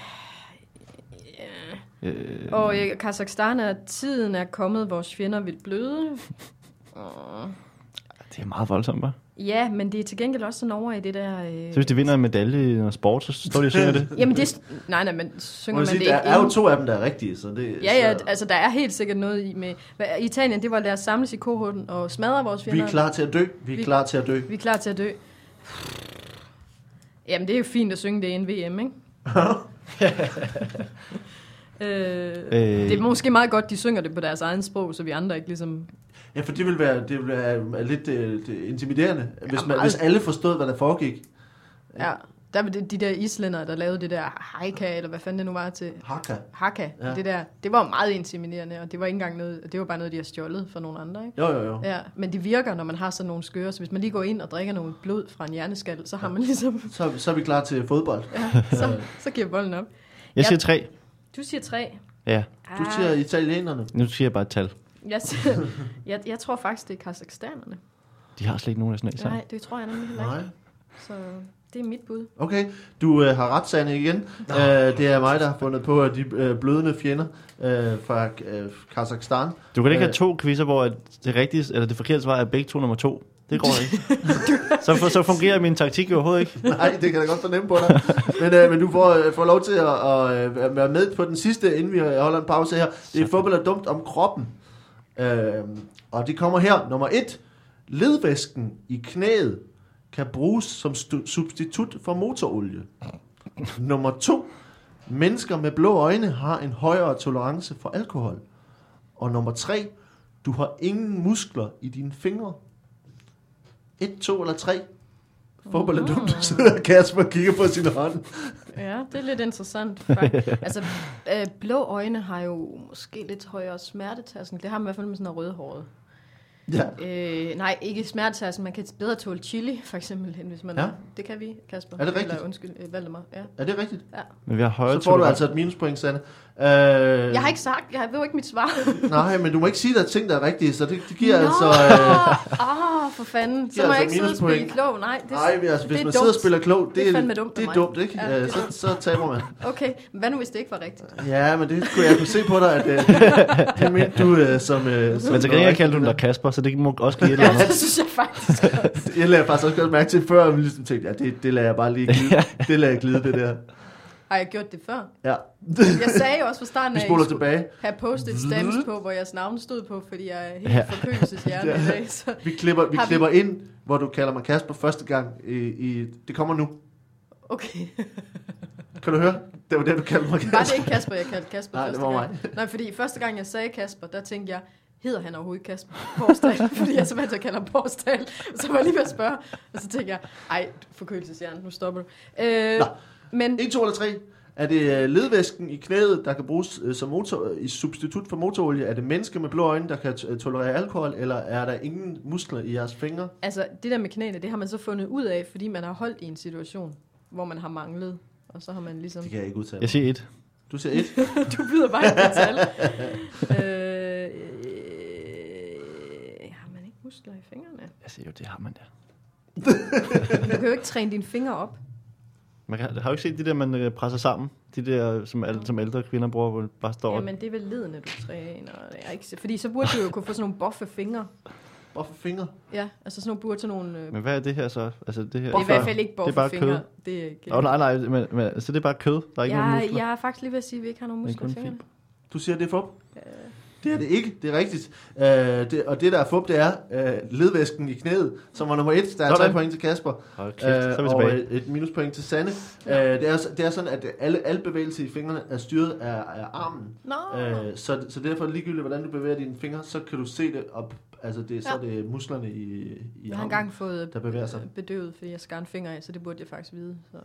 Og i Kazakhstan er tiden er kommet, vores fjender vil bløde. Det er meget voldsomt, hva'? Ja, men det er til gengæld også sådan over i det der... Så hvis de vinder en medalje i noget sport, så står de og synger det? Jamen det... Nej, men synger man det ikke... Der er jo 2 af dem, der er rigtige, så det... Ja, altså der er helt sikkert noget i med... I Italien, det var lad os samles i kohorten og smadre vores fjender. Vi er klar til at dø. Vi er klar til at dø. Vi er klar til at dø. Jamen, det er jo fint at synge det i en VM, ikke? Det er måske meget godt, de synger det på deres egen sprog, så vi andre ikke ligesom... Ja, for det vil være lidt intimiderende, hvis alle forstod, hvad der foregik. Ja, der var de der islændere, der lavede det der haka, eller hvad fanden det nu var til... Haka. Ja. Det var meget intimiderende, og det var ikke engang noget... Det var bare noget, de har stjålet for nogle andre, ikke? Jo. Ja, men det virker, når man har sådan nogle skøre, så hvis man lige går ind og drikker noget blod fra en hjerneskal, så har man ligesom... Så er vi klar til fodbold. Ja, så giver bolden op. Jeg siger 3. Du siger 3. Ja. Du siger italienerne. Nu siger jeg bare et tal. Jeg tror faktisk, det er kazakhstanerne. De har slet ikke nogen nationalsang. Nej, det tror jeg nemlig heller ikke. Så det er mit bud. Okay, du har ret, Sanne, igen. Det er mig, der har fundet på de blødende fjender fra Kazakhstan. Du kan ikke have 2 quizzer, hvor det rigtige eller det forkerte svar er begge 2 nummer 2. Det går ikke. så fungerer min taktik jo overhovedet ikke. Nej, det kan jeg godt fornemme på dig. Men du får lov til at være med på den sidste, inden vi holder en pause her. Det er fodbold er dumt om kroppen. Og det kommer her. Nummer 1. Ledvæsken i knæet kan bruges som substitut for motorolie. Nummer 2. Mennesker med blå øjne har en højere tolerance for alkohol. Og nummer 3. Du har ingen muskler i dine fingre. 1, 2 eller 3. Fodbold er dumt. Du sidder Kasper og kigger på sin hånd. Ja, det er lidt interessant. Altså, blå øjne har jo måske lidt højere smertetærskel. Det har man i hvert fald med sådan noget rødhåret. Ja. Nej, ikke smertetærskel. Man kan bedre tåle chili, for eksempel, end hvis man... Ja. Det kan vi, Kasper. Er det rigtigt? Eller undskyld, Valdemar. Ja. Er det rigtigt? Ja. Men vi har højere så får du altså et minuspoint, Sanne. Jeg har ikke sagt, jeg ved jo ikke mit svar. Nej, men du må ikke sige, at ting der er rigtige, så det giver altså... For fanden. Så må altså jeg ikke sidde og spille klog. Nej, altså, hvis det man er sidder og spiller klog, det er dumt, ikke? Ja, så taber man. Okay, men hvad nu, hvis det ikke var rigtigt? Ja, men det kunne jeg kunne se på dig, at det mente du som... Men til gengæld kaldte hun dig Kasper, så det må også give et eller andet. Ja, det synes jeg faktisk også. Jeg lagde faktisk også godt mærke til før, og vi ligesom tænkte, ja, det lader jeg bare lige glide. Det lader jeg glide, det der. Har jeg gjort det før? Ja. Jeg sagde jo også fra starten, at jeg skulle have postet stamps på, hvor jeres navn stod på, fordi jeg er helt forkølelseshjerne i dag. Så vi klipper ind, hvor du kalder mig Kasper første gang. Det kommer nu. Okay. Kan du høre? Det var det, du kaldte mig Kasper. Var det ikke Kasper, jeg kaldte Kasper Nej, første det var gang? mig. Nej, fordi første gang jeg sagde Kasper, der tænkte jeg, hedder han overhovedet Kasper Porsdal? Fordi jeg så vant til at kalde ham Porsdal. Og så var jeg lige ved at spørge, og så tænkte jeg, ej, forkølelseshjerne, nu stopper du. Men 1, 2 eller 3. Er det ledvæsken i knæet, der kan bruges som i substitut for motorolie? Er det mennesker med blå øjne, der kan tolerere alkohol? Eller er der ingen muskler i jeres fingre? Altså, det der med knæene, det har man så fundet ud af, fordi man har holdt i en situation, hvor man har manglet og så har man ligesom... Det kan jeg ikke udtale. Jeg siger 1. Du siger 1. Du byder bare et tal. Har man ikke muskler i fingrene? Jeg siger jo, det har man da. Du kan jo ikke træne dine fingre op. Man har jo ikke set de der, man presser sammen? De der, som ældre kvinder bruger, hvor det bare står... Jamen, det er vel ledene, du træner. Fordi så burde du jo kunne få sådan nogle buffe fingre. Buffe fingre? Ja, altså sådan nogle burde sådan nogle... Men hvad er det her så? Altså, det her, det er i hvert fald ikke buffe fingre. fingre. Det er ikke... Nej, men så det er bare kød? Der er ikke nogen muskler? Jeg er faktisk lige ved at sige, at vi ikke har nogen muskler i fingrene. Du siger, det er fup? Det er det ikke, det er rigtigt. Og det der er fup, det er ledvæsken i knæet, som var nummer 1. Der er 3 point til Kasper. Og et minuspoint til Sanne. Det er sådan, at alle bevægelser i fingrene er styret af armen. Så derfor ligegyldigt, hvordan du bevæger dine fingre, så kan du se det op. Altså så er det musklerne i armen, jeg har engang fået der bevæger sig. Bedøvet, fordi jeg skar en finger af, så det burde jeg faktisk vide. Så.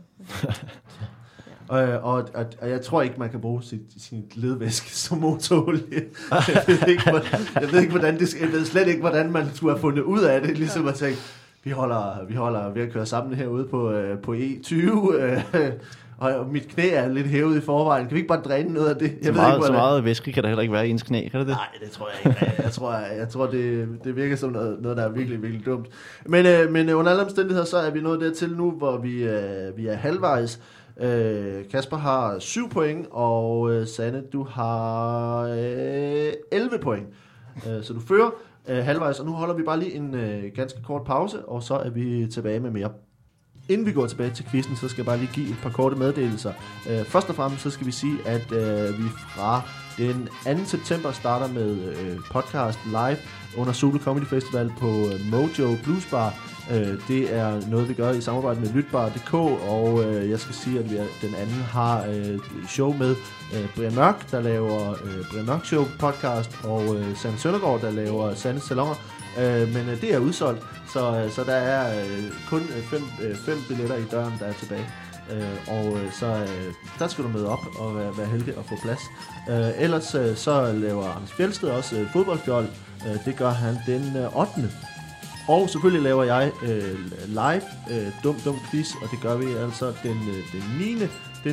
Og jeg tror ikke, man kan bruge sin ledvæske som motorolie. Jeg ved slet ikke, hvordan man skulle have fundet ud af det. Ligesom at tænke, vi holder ved at køre sammen herude på E20, og mit knæ er lidt hævet i forvejen. Kan vi ikke bare dræne noget af det? Så meget væske kan der heller ikke være i ens knæ, kan det det? Nej, det tror jeg ikke. Jeg tror det virker som noget, der er virkelig, virkelig dumt. Men under alle omstændigheder, så er vi nået dertil nu, hvor vi er halvvejs. Kasper har 7 point, og Sanne, du har 11 point. Så du fører halvvejs, og nu holder vi bare lige en ganske kort pause, og så er vi tilbage med mere. Inden vi går tilbage til quizzen, så skal jeg bare lige give et par korte meddelelser. Først og fremmest så skal vi sige, at vi fra den 2. september starter med podcast live under Zulu Comedy Festival på Mojo Blues Bar. Det er noget, vi gør i samarbejde med Lytbar.dk, og jeg skal sige, at vi den anden har show med Brian Mørk, der laver Brian Mørk Show podcast, og Sanne Søndergaard, der laver Sannes Salonger. Men det er udsolgt, så der er kun 5 billetter i døren, der er tilbage. Så der skal du møde op og være heldig at få plads. Ellers så laver Anders Fjeldsted også fodboldfjold. Det gør han den 8. Og selvfølgelig laver jeg live dum quiz, og det gør vi altså den 9.,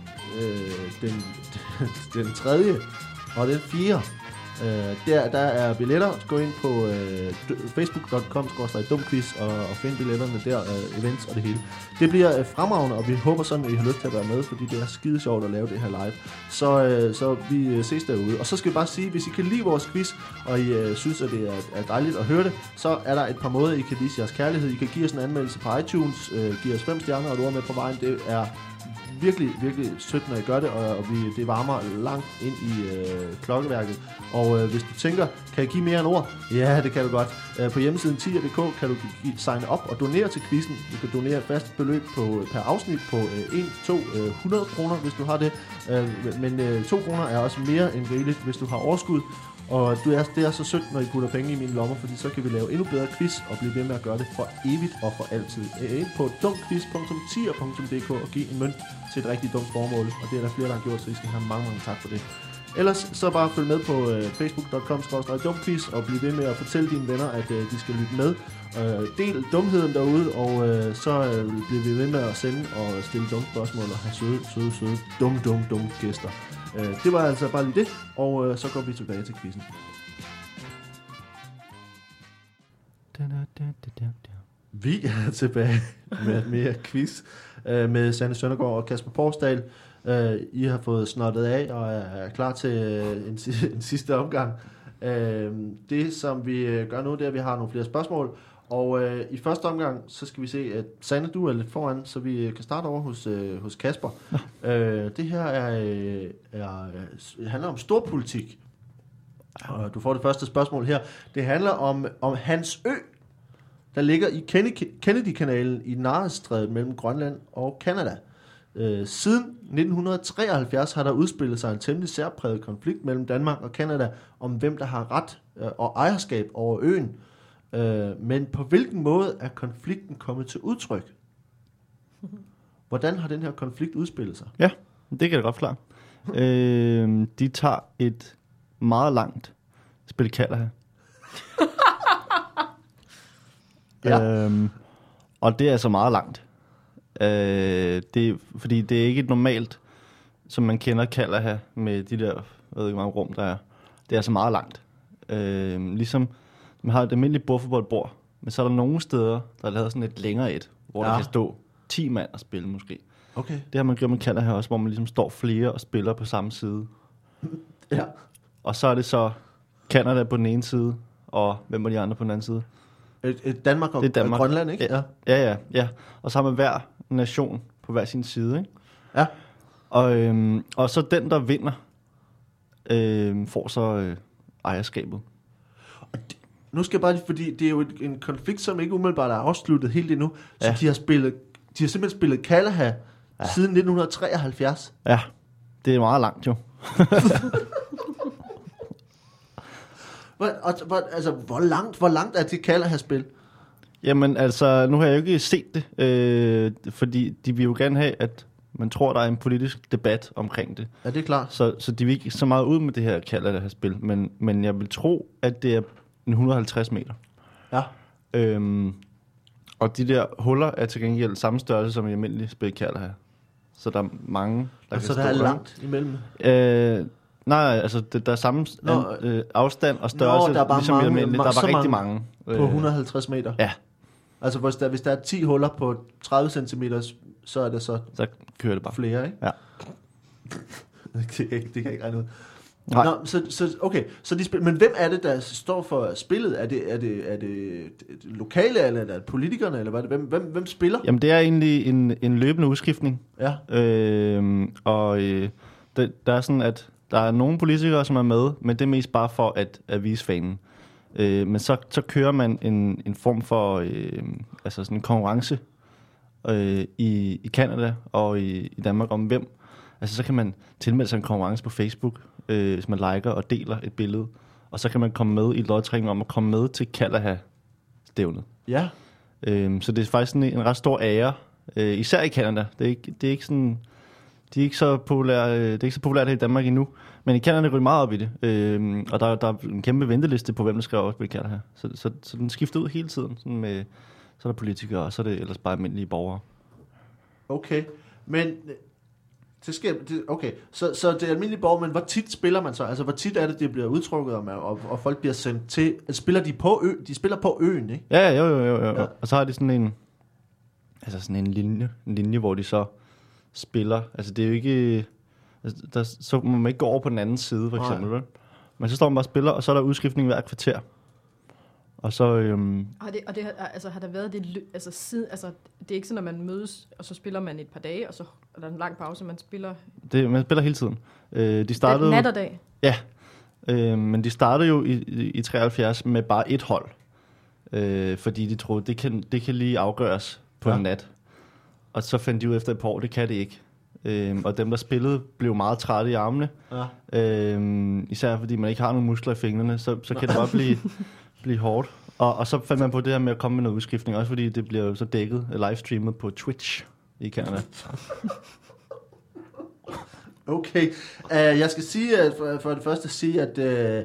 den 3. og den 4. Der er billetter. Gå ind på facebook.com/dumquiz og find billetterne der, events og det hele. Det bliver fremragende, og vi håber sådan, at I har lyst til at være med, fordi det er skide sjovt at lave det her live. Så vi ses derude. Og så skal vi bare sige, hvis I kan lide vores quiz, og I synes, at det er dejligt at høre det, så er der et par måder, I kan vise jeres kærlighed. I kan give os en anmeldelse på iTunes, give os 5 stjerner og et ord med på vejen. Det er virkelig, virkelig sødt, når I gør det, og det varmer langt ind i klokkeværket. Og hvis du tænker, kan jeg give mere end ord? Ja, det kan du godt. På hjemmesiden tier.dk kan du signe op og donere til quizzen. Du kan donere et fast beløb per afsnit på 100 kroner, hvis du har det. Men 2 kroner er også mere end rigeligt, hvis du har overskud. Og det er så sødt, når I putter penge i mine lommer, fordi så kan vi lave endnu bedre quiz og blive ved med at gøre det for evigt og for altid. Ind på dumquiz.tier.dk og give en mønt til et rigtig dumt formål, og det er der flere, der har gjort, så I skal have mange tak for det. Ellers så bare følg med på facebook.com/dumquiz og bliv ved med at fortælle dine venner, at de skal lytte med. Del dumheden derude, og så bliver vi ved med at sende og stille dumme spørgsmål og have søde, dumme gæster. Det var altså bare lige det, og så går vi tilbage til quizzen. Vi er tilbage med mere quiz med Sanne Søndergaard og Kasper Porsdal. I har fået snottet af og er klar til en sidste omgang. Det som vi gør nu, det er, at vi har nogle flere spørgsmål. Og i første omgang, så skal vi se, at Sanne, du er lidt foran, så vi kan starte over hos Kasper. Det her handler om storpolitik. Og du får det første spørgsmål her. Det handler om Hans Ø, der ligger i Kennedy-kanalen i Narestrædet mellem Grønland og Canada. Siden 1973 har der udspillet sig en temmelig særpræget konflikt mellem Danmark og Canada om hvem der har ret og ejerskab over øen. Men på hvilken måde er konflikten kommet til udtryk? Hvordan har den her konflikt udspillet sig? Ja, det kan jeg godt forklare. De tager et meget langt spil kalder her. Og det er altså meget langt. Fordi det er ikke normalt, som man kender Kaldaha med de der, jeg ved ikke, mange rum, der er. Det er altså meget langt. Ligesom man har et almindeligt bordfodboldbord, men så er der nogle steder, der er lavet sådan et længere et, hvor der kan stå 10 mand og spille måske. Okay. Det har man gjort med Kaldaha også, hvor man ligesom står flere og spiller på samme side. Ja. Og så er det så Canada på den ene side, og hvem var de andre på den anden side? Danmark og Grønland, ikke? Ja. Og så har man hver nation på hver sin side, ikke? Ja. Og så den, der vinder, får så ejerskabet. Nu skal jeg bare lige, fordi det er jo en konflikt, som ikke umiddelbart er afsluttet helt endnu, så de har simpelthen spillet Kaldaha siden 1973. Ja, det er meget langt jo. Hvor langt er det Kaldaha-spil? Jamen altså, nu har jeg jo ikke set det, fordi de vil jo gerne have, at man tror, der er en politisk debat omkring det. Ja, det er klart. Så de vil ikke så meget ud med det her Kaldaha-spil, men jeg vil tro, at det er 150 meter. Ja. Og de der huller er til gengæld samme størrelse som i almindelig spil Kaldaha. Så der er mange, der kan så der er langt imellem? Nej, altså der er samme afstand og størrelse, der er bare ligesom mange, i almindelig. Der var rigtig mange. På 150 meter? Ja. Altså hvis der er 10 huller på 30 cm, så er det så kører det bare flere, ikke? Ja. det kan jeg ikke regne ud. Nej. Nå, okay, så de men hvem er det, der står for spillet? Er det lokale, eller er det politikerne, eller hvad? Hvem spiller? Jamen, det er egentlig en løbende udskiftning. Ja. Der er sådan, at der er nogle politikere, som er med, men det er mest bare for at vise fanen. Men så kører man en form for altså sådan en konkurrence i Canada og i Danmark om hvem. Altså så kan man tilmelde sig en konkurrence på Facebook, hvis man liker og deler et billede. Og så kan man komme med i lodtrækningen om at komme med til Kaldaha-stævnet. Ja. Så det er faktisk sådan en ret stor ære, især i Canada. Det er ikke sådan, de er ikke så populære, det er ikke så populært her i Danmark endnu. Men i Canada går de meget op i det. Og der er en kæmpe venteliste på, hvem der skal også spille Kaldaha. Så den skifter ud hele tiden. Sådan med, så er der politikere, og så er det ellers bare almindelige borgere. Okay, men okay, så det er almindelige borgere, men hvor tit spiller man så? Altså, hvor tit er det bliver udtrukket, og folk bliver sendt til? Spiller de på de spiller på øen, ikke? Ja, jo. Ja. Og så har de sådan en linje, hvor de så spiller. Altså, det er jo ikke... Altså, så må man ikke gå over på den anden side, for eksempel. Vel? Men så står man bare og spiller, og så er der udskiftning hver kvarter. Og så... har der været det... Altså, det er ikke sådan, at man mødes, og så spiller man et par dage, og så er der en lang pause, man spiller... Man spiller hele tiden. De startede nat og dag? Ja. Men de startede jo i 73 med bare et hold. Fordi de troede, det kan lige afgøres på en nat. Og så fandt de ud efter et par år, det kan det ikke. Og dem, der spillede, blev meget trætte i armene. Ja. Især fordi man ikke har nogen muskler i fingrene, så kan det bare blive hårdt. Og så fandt man på det her med at komme med noget udskiftning, også fordi det bliver jo så dækket, livestreamet på Twitch i Canada. Okay. Jeg skal sige, for det første sige, at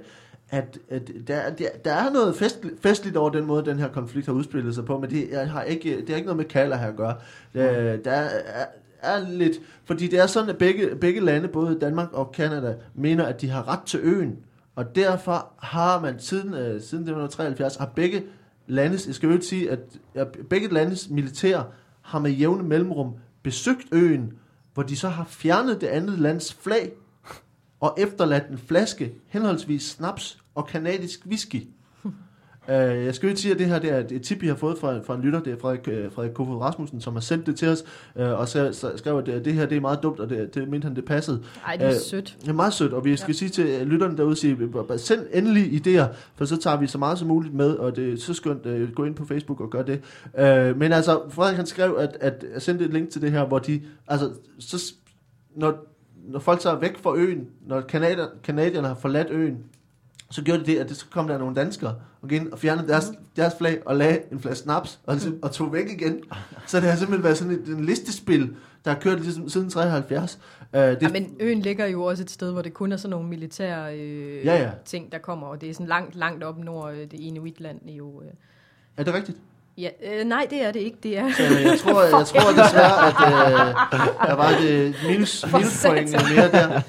der er noget festligt over den måde, den her konflikt har udspillet sig på, men det har ikke noget med Kaldaha at gøre. Der er lidt, fordi det er sådan, at begge lande, både Danmark og Canada, mener, at de har ret til øen, og derfor har man siden 1973 har begge landes, jeg skal jo ikke sige, at begge landes militær har med jævne mellemrum besøgt øen, hvor de så har fjernet det andet lands flag og efterladt en flaske, henholdsvis snaps og kanadisk whisky. Jeg skal jo ikke sige, at det her det er et tip, vi har fået fra en lytter. Det er Frederik Kofod Rasmussen, som har sendt det til os, og så skrev, at det her det er meget dumt, og det mente han, det passede. Ej, det er sødt. Det er meget sødt, og vi skal sige til lytterne derude, send endelig idéer, for så tager vi så meget som muligt med, og det er så skønt, gå ind på Facebook og gør det. Men altså, Frederik han skrev, at sendte et link til det her, hvor de, altså, så, når folk så er væk fra øen, når kanadierne har forladt øen, så gjorde de det, at så kom der nogle danskere og gik ind og fjernede deres flag og lagde en flaske snaps og tog væk igen. Så det har simpelthen været sådan en listespil, der har kørt ligesom siden 73. Men øen ligger jo også et sted, hvor det kun er sådan nogle militære ting, der kommer, og det er sådan langt op nord, det Inuitland jo. Er det rigtigt? Ja, nej, det er det ikke. Det er... Jeg tror desværre, at der var et minuspoint mere der.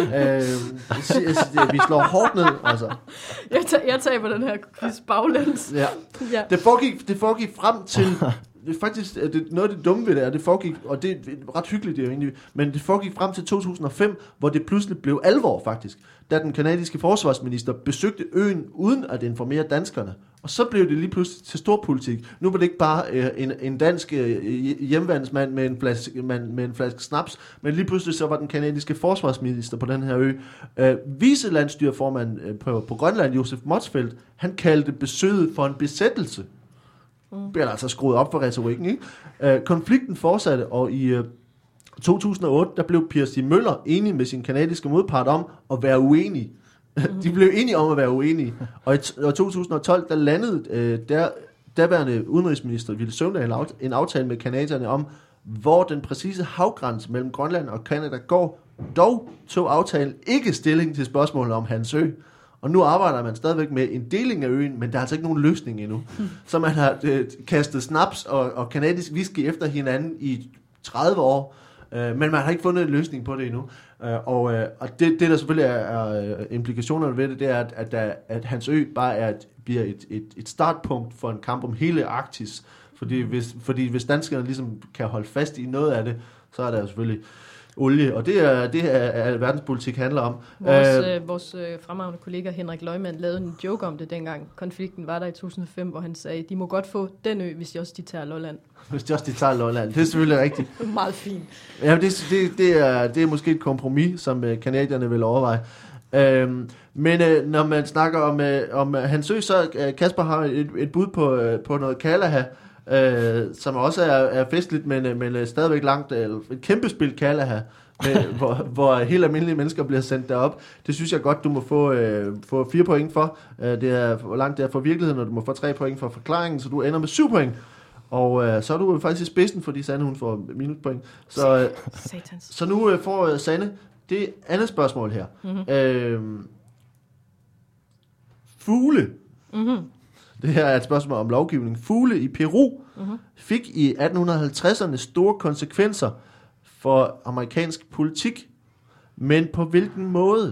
Vi slår hårdt ned, altså. Jeg taber den her quiz baglæns. Ja. Ja. Det foregik frem til... Det er faktisk noget af det dumme ved det, det foregik, og det er ret hyggeligt, det er jo egentlig, men det foregik frem til 2005, hvor det pludselig blev alvor faktisk, da den kanadiske forsvarsminister besøgte øen uden at informere danskerne. Og så blev det lige pludselig til storpolitik. Nu var det ikke bare en dansk hjemværnsmand med en flaske snaps, men lige pludselig så var den kanadiske forsvarsminister på den her ø. Vicelandsstyreformand på Grønland, Josef Motzfeldt, han kaldte besøget for en besættelse. Bliver altså skruet op for retorikken, ikke? Konflikten fortsatte, og i 2008, der blev Per Stig Møller enig med sin kanadiske modpart om at være uenige. De blev enige om at være uenige. Og i 2012, der landede daværende udenrigsminister Villy Søvndal en aftale med kanadierne om, hvor den præcise havgrænse mellem Grønland og Canada går. Dog tog aftalen ikke stilling til spørgsmålet om Hans Ø. Og nu arbejder man stadigvæk med en deling af øen, men der er altså ikke nogen løsning endnu. Så man har kastet snaps og kanadisk whisky efter hinanden i 30 år, men man har ikke fundet en løsning på det endnu. Og det der selvfølgelig er implikationerne ved det, det er, at Hans Ø bare bliver et startpunkt for en kamp om hele Arktis. Fordi hvis danskerne ligesom kan holde fast i noget af det, så er der selvfølgelig olie, og det er verdenspolitik handler om. Vores fremragende kollega Henrik Løgman lavede en joke om det, dengang konflikten var der i 2005, hvor han sagde, de må godt få den ø, hvis de også tager Lolland. Hvis de også tager Lolland, det er selvfølgelig rigtigt. Meget fint. Ja, det er måske et kompromis, som kanadierne vil overveje. Men når man snakker om Hans Ø, så Kasper har et bud på noget Kalaha, som også er festligt, men stadigvæk langt, et kæmpe spil Kalaha, hvor helt almindelige mennesker bliver sendt derop. Det synes jeg godt, du må få 4 point for. Det er hvor langt det er for virkeligheden, og du må få 3 point for forklaringen, så du ender med 7 point. Og så er du faktisk i spidsen, fordi Sanne hun får minuspoint. Så nu får Sanne det andet spørgsmål her. Mm-hmm. Fugle. Mm-hmm. Det her er et spørgsmål om lovgivning. Fugle i Peru fik i 1850'erne store konsekvenser for amerikansk politik. Men på hvilken måde?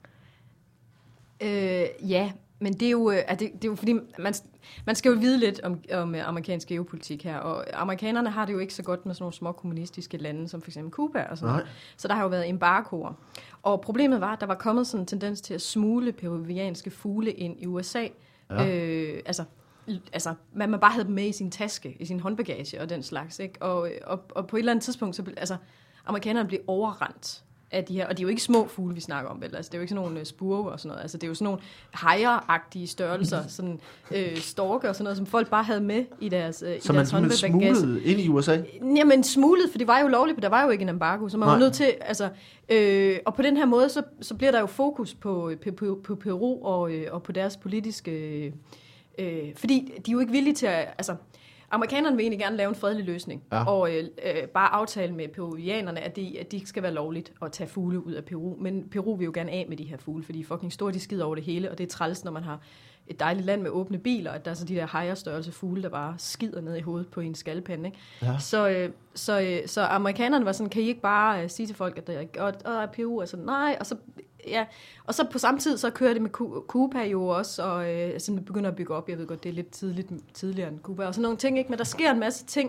Ja, men det er jo fordi, man skal jo vide lidt om amerikansk geopolitik her, og amerikanerne har det jo ikke så godt med sådan nogle små kommunistiske lande, som for eksempel Cuba og sådan noget. Så der har jo været embargoer. Og problemet var, at der var kommet sådan en tendens til at smugle peruvianske fugle ind i USA. Ja. Altså, man bare havde dem med i sin taske, i sin håndbagage og den slags, ikke? Og på et eller andet tidspunkt, så amerikanerne blev overrendt af de her, og det er jo ikke små fugle, vi snakker om, vel? Altså, det er jo ikke sådan nogle spurve og sådan noget, altså det er jo sådan nogle hajeragtige størrelser, sådan storke og sådan noget, som folk bare havde med i deres håndbagage. Så man smuglede ind i USA? Jamen smuglet, for det var jo lovligt, men der var jo ikke en embargo, så man var nødt til, altså, og på den her måde, så bliver der jo fokus på Peru og på deres politiske, fordi de er jo ikke villige til at, altså, amerikanerne vil egentlig gerne lave en fredelig løsning, og bare aftale med peruvianerne, at de skal være lovligt at tage fugle ud af Peru. Men Peru vil jo gerne af med de her fugle, fordi de er fucking store, de skider over det hele, og det er træls, når man har et dejligt land med åbne biler, at der er så de der hajerstørrelse fugle, der bare skider ned i hovedet på en skalpande, ikke? Ja. Så amerikanerne var sådan, kan I ikke bare sige til folk, at det er godt, og Peru er sådan, nej, og så... Ja, og så på samme tid, så kører det med Cuba jo også, og sådan begynder at bygge op. Jeg ved godt, det er lidt tidligere end Cuba, og sådan nogle ting, ikke? Men der sker en masse ting.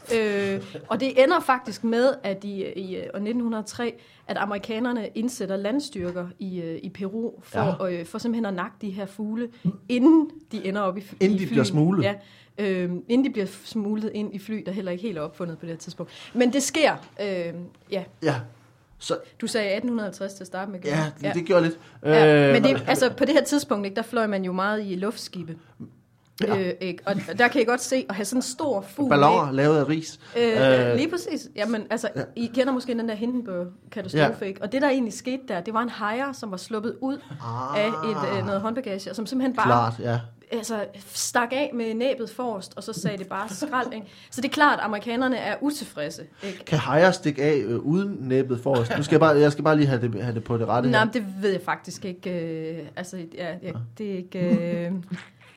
Og det ender faktisk med, at i 1903, at amerikanerne indsætter landstyrker i Peru, for simpelthen at nakke de her fugle, inden de ender op i fly. Inden de bliver smuglet? Ja. Inden de bliver smuglet ind i fly, der heller ikke helt er opfundet på det her tidspunkt. Men det sker, ja. Så, du sagde 1850 til at starte med. Ja, det gjorde lidt. Men det, altså, på det her tidspunkt, ikke, der fløj man jo meget i luftskibe. Ja. Og der kan I godt se, at have sådan en stor fugl. Balloner lavet af ris. Lige præcis. Jamen, altså, I kender måske den der Hindenburg-katastrofe, ikke? Og det, der egentlig skete der, det var en hajer, som var sluppet ud af noget håndbagage, og som simpelthen bare... Altså, stak af med næbet forrest, og så sagde det bare skrald, ikke? Så det er klart, at amerikanerne er utilfredse, ikke? Kan hajer stikke af uden næbet forrest? Nu skal jeg skal bare lige have det på det rette. Nej, det ved jeg faktisk ikke. Det er ikke...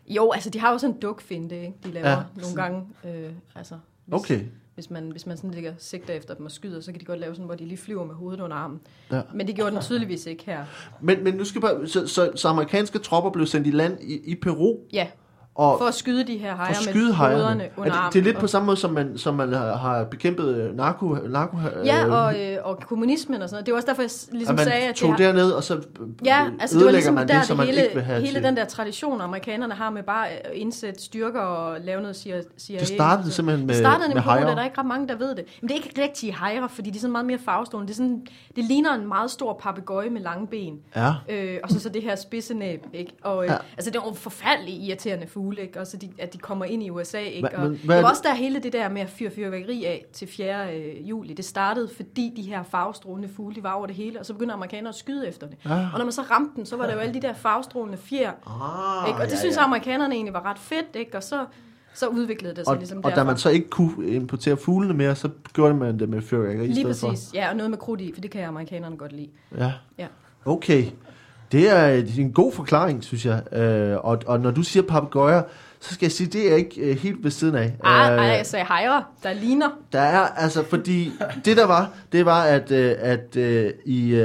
Jo, altså de har jo sådan en dukfinte, ikke? De laver nogle gange. Altså, hvis man sådan ligger sigter efter dem og skyder, så kan de godt lave sådan, hvor de lige flyver med hovedet under armen. Ja. Men det gjorde den tydeligvis ikke her. Men nu skal bare, så amerikanske tropper blev sendt i land i Peru? Ja. Og for at skyde de her hajer med hovederne under armen. Det er lidt på samme måde, som man har bekæmpet narko og kommunismen og sådan noget. Det var også derfor, jeg ligesom sagde, at man tog derned, og så altså ødelægger ligesom man det, som man ikke vil have hele til. den der tradition, amerikanerne har med bare at indsætte styrker og lave noget CIA. Det startede simpelthen med hejre. Der er ikke ret mange, der ved det. Men det er ikke rigtige hejre, fordi de er sådan meget mere farvestrålende. Det ligner en meget stor papegøje med lange ben. Ja. Og så det her spidsenæb, ikke? Og altså det er jo forfærdeligt irriterende fugle, ikke? Og så at de kommer ind i USA, ikke? Og det var også der hele det der med at fyre fyrværkeri af til 4. juli. Det startede, fordi de her farvestrålende fugle, de var over det hele, og så begyndte amerikanere at skyde efter det. Og når man så ramte den, så var der jo alle de der farvestrålende fjer. Ikke? Og det synes amerikanerne egentlig var ret fedt, ikke? Og så udviklede det sig ligesom derfra. Og da man så ikke kunne importere fuglene mere, så gjorde man det med fyrværkeri i stedet for. Lige præcis, ja, og noget med krudt i, for det kan amerikanerne godt lide. Ja. Okay. Det er en god forklaring, synes jeg. Og når du siger papegøjer, så skal jeg sige, det er ikke helt ved siden af. Jeg sagde hejre, der ligner. Der er, altså, fordi det var, at i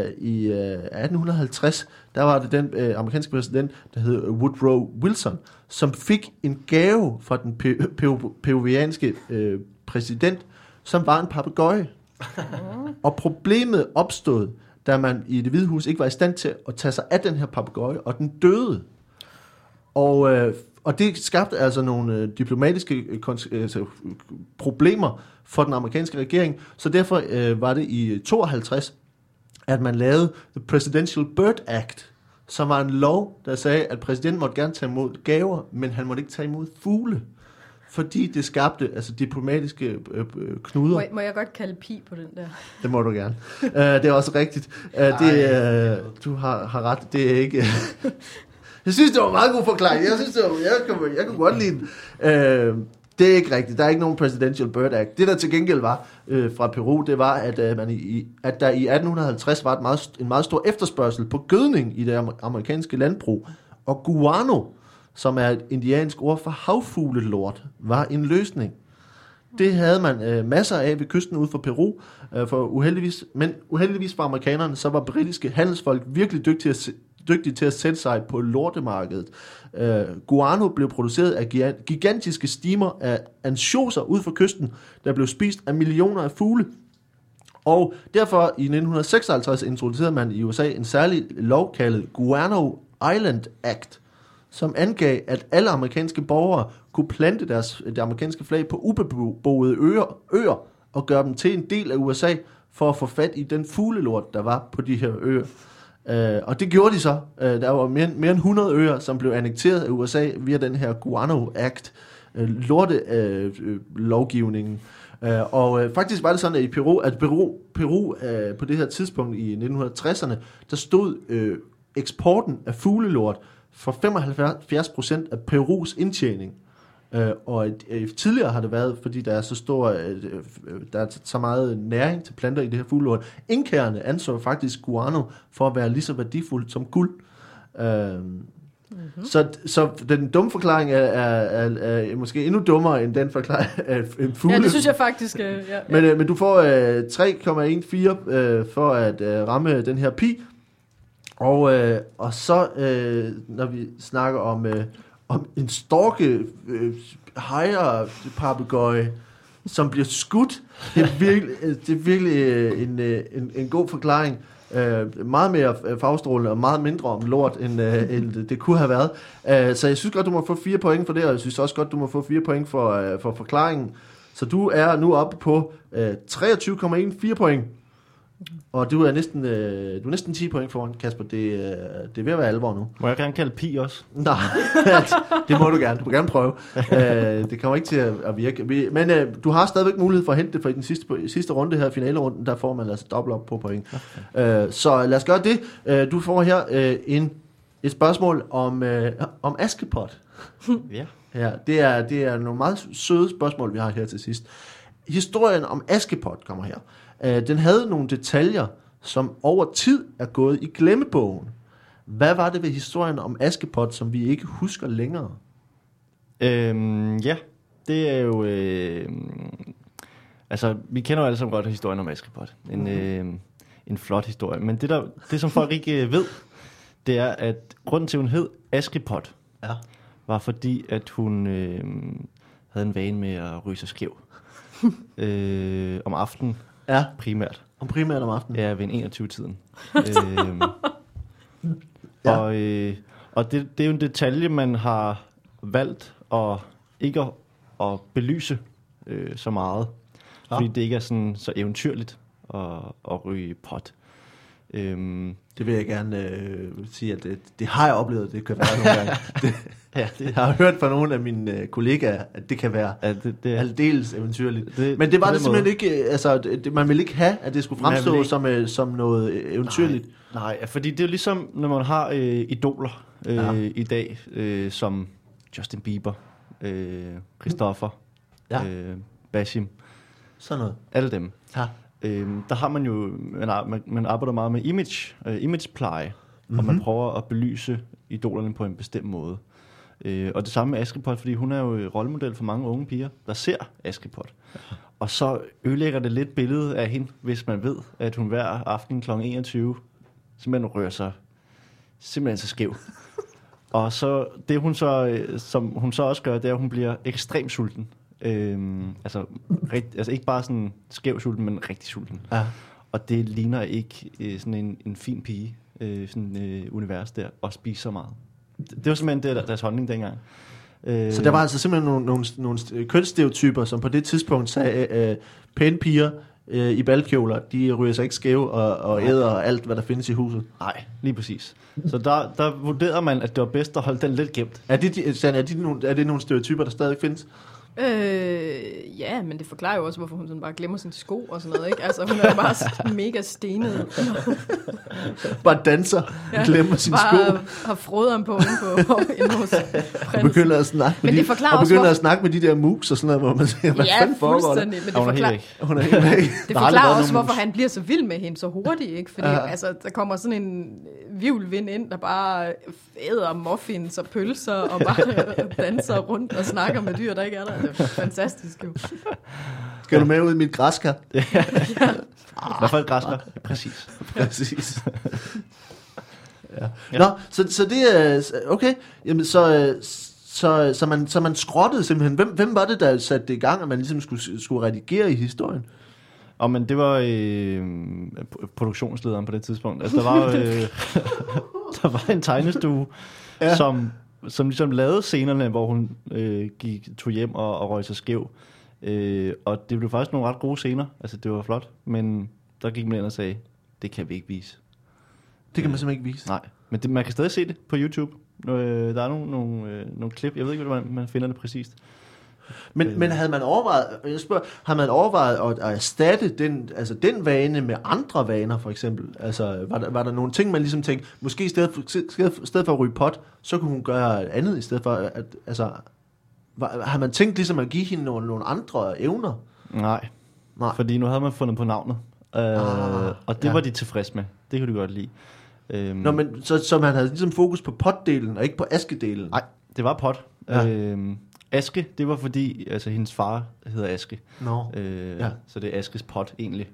1850, der var det den amerikanske præsident, der hed Woodrow Wilson, som fik en gave fra den peruvianske præsident, som var en papegøje. Og problemet opstod, da man i Det Hvide Hus ikke var i stand til at tage sig af den her papegøje, og den døde. Og det skabte altså nogle diplomatiske problemer for den amerikanske regering, så derfor var det i 52, at man lavede The Presidential Bird Act, som var en lov, der sagde, at præsidenten måtte gerne tage imod gaver, men han måtte ikke tage imod fugle, fordi det skabte altså diplomatiske knuder. Må jeg godt kalde pi på den der? Det må du gerne. Det er også rigtigt. Du har ret. Det er ikke... Jeg synes, det var en meget god forklaring. Jeg kunne godt lide den. Det er ikke rigtigt. Der er ikke nogen Presidential Bird Act. Det, der til gengæld var fra Peru, det var, at der i 1850 var en meget stor efterspørgsel på gødning i det amerikanske landbrug. Og guano, som er et indiansk ord for havfuglelort, var en løsning. Det havde man masser af ved kysten ude for Peru, men uheldigvis for amerikanerne, så var britiske handelsfolk virkelig dygtige til at sætte sig på lortemarkedet. Guano blev produceret af gigantiske stimer af ansjoser ud for kysten, der blev spist af millioner af fugle. Og derfor i 1956 introducerede man i USA en særlig lov kaldet Guano Island Act, som angav, at alle amerikanske borgere kunne plante det amerikanske flag på ubeboede øer og gøre dem til en del af USA for at få fat i den fuglelort, der var på de her øer. Og det gjorde de så. Der var mere end 100 øer, som blev annekteret af USA via den her Guano Act, lovgivningen. Og faktisk var det sådan, at Peru på det her tidspunkt i 1960'erne, der stod eksporten af fuglelort for 75% af Perus indtjening. Og tidligere har det været, fordi der er så meget næring til planter i det her fuglelort. Inkærerne anså faktisk guano for at være lige så værdifuldt som guld. Så den dumme forklaring er måske endnu dummere end den forklaring af en fugle. Ja, det synes jeg faktisk. Ja. Men du får 3,14 for at ramme den her pi. Og så når vi snakker om en storke hejre-papegøje, som bliver skudt. Det er virkelig en god forklaring. Meget mere farvestrålende og meget mindre om lort, end det kunne have været. Så jeg synes godt, du må få 4 point for det, og jeg synes også godt, du må få 4 point for forklaringen. Så du er nu oppe på 23,14 point. Og du er næsten 10 point foran, Kasper. Det er ved at være alvor nu. Må jeg gerne kalde pi også? Nej, det må du gerne. Du må gerne prøve. Det kommer ikke til at virke. Men du har stadigvæk mulighed for at hente det, for i den sidste runde her, finalerunden, der får man altså dobbelt op på point. Så lad os gøre det. Du får her et spørgsmål om Askepot. Ja. Ja, det er nogle meget søde spørgsmål, vi har her til sidst. Historien om Askepot kommer her. Den havde nogle detaljer, som over tid er gået i glemmebogen. Hvad var det ved historien om Askepot, som vi ikke husker længere? Ja, det er jo... altså, vi kender jo alle sammen godt historien om Askepot. En flot historie. Men det som folk ikke ved, det er, at grunden til, at hun hed Askepot, var fordi, at hun havde en vane med at ryge sig skæv. Om aftenen, primært. Primært om aftenen? Ja, ved en 21-tiden. Og det er jo en detalje, man har valgt ikke at belyse så meget. Fordi det ikke er sådan så eventyrligt at ryge pot. Det vil jeg gerne sige, at det har jeg oplevet, det kan være nogle gange. Jeg har hørt fra nogle af mine kollegaer, at det kan være aldeles eventyrligt. Men det var det simpelthen ikke, altså man ville ikke have, at det skulle fremstå som noget eventyrligt. Nej, fordi det er jo ligesom, når man har idoler i dag, som Justin Bieber, Christopher, Basim, sådan noget. Alle dem. Ja. Der har man jo, man arbejder meget med imagepleje, og man prøver at belyse idolerne på en bestemt måde. Og det samme med Askepot, fordi hun er jo rollemodel for mange unge piger, der ser Askepot. Og så ødelægger det lidt billedet af hende, hvis man ved, at hun hver aften kl. 21 simpelthen rører sig simpelthen så skæv. Og så det hun så, som hun så også gør, det er, at hun bliver ekstremt sulten. Altså ikke bare sådan skæv sulten, men rigtig sulten. Ja. Og det ligner ikke sådan en fin pige, sådan univers der, at spise så meget. Det var simpelthen deres holdning dengang. Så der var altså simpelthen nogle kønsstereotyper, som på det tidspunkt sagde, pæne piger i balkjoler, de ryger sig ikke skæve og æder alt, hvad der findes i huset. Nej, lige præcis. Så der vurderede man, at det var bedst at holde den lidt gemt. Er det nogle stereotyper, der stadig findes? Ja, men det forklarer jo også, hvorfor hun sådan bare glemmer sine sko og sådan noget, ikke? Altså, hun er jo bare mega stenet. Bare danser, glemmer sine sko. Bare har froderen på inde hos og begynder at snakke med, at snakke med de der mooks og sådan noget, hvor man siger, hvad fanden foregår der? Men det forklarer, hun er helt væk. Det forklarer også, hvorfor han bliver så vild med hende så hurtigt, ikke? Fordi altså, der kommer sådan en hvirvelvind ind, der bare æder muffins og pølser og bare danser rundt og snakker med dyr, der ikke er der. Det er fantastisk jo. Skal du med ud i mit græskar? I hvert fald græskar. Præcis. Ja. Nå, så det er okay. Jamen så man skrottede simpelthen. Hvem var det, der satte det i gang, at man ligesom skulle redigere i historien? Men det var produktionslederen på det tidspunkt. Altså der var en tegnestue, som ligesom lavede scenerne, hvor hun tog hjem og røg sig skæv. Og det blev faktisk nogle ret gode scener. Altså, det var flot. Men der gik man ind og sagde, det kan vi ikke vise. Det kan man simpelthen ikke vise? Nej, men man kan stadig se det på YouTube. Der er nogle klip. Jeg ved ikke, hvordan man finder det præcist. Men havde man overvejet, har man overvejet at erstatte den vane med andre vaner, for eksempel? Altså, var der nogle ting, man ligesom tænkte, måske i stedet for at ryge pot, så kunne hun gøre andet i stedet for, har man tænkt ligesom at give hende nogle andre evner? Nej, fordi nu havde man fundet på navnet, og det var de tilfreds med. Det kunne de godt lide. Men så man havde ligesom fokus på potdelen, og ikke på askedelen? Nej, det var pot. Ja. Aske, det var fordi, altså hendes far hedder Aske. Så det er Askes pot egentlig.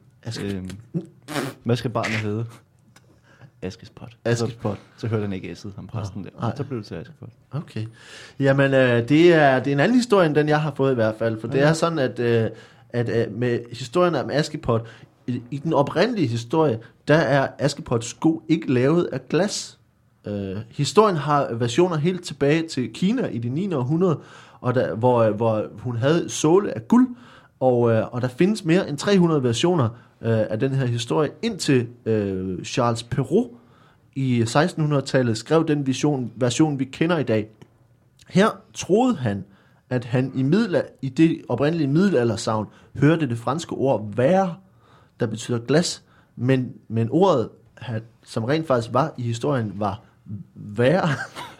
Hvad skal barnet hedde? Askes pot. Askes pot. Så hørte han ikke S'et, ham præsten der. Så blev det til Askepot. Okay. Jamen, det er en anden historie, end den jeg har fået i hvert fald. For det er sådan, at med historien om Askepot, i den oprindelige historie, der er Askepots sko ikke lavet af glas. Historien har versioner helt tilbage til Kina i det 9. århundrede, og hvor hun havde såle af guld, og der findes mere end 300 versioner af den her historie, indtil Charles Perrault i 1600-tallet skrev den version, vi kender i dag. Her troede han, at han i det oprindelige middelaldersagn hørte det franske ord være, der betyder glas, men ordet, som rent faktisk var i historien, var være,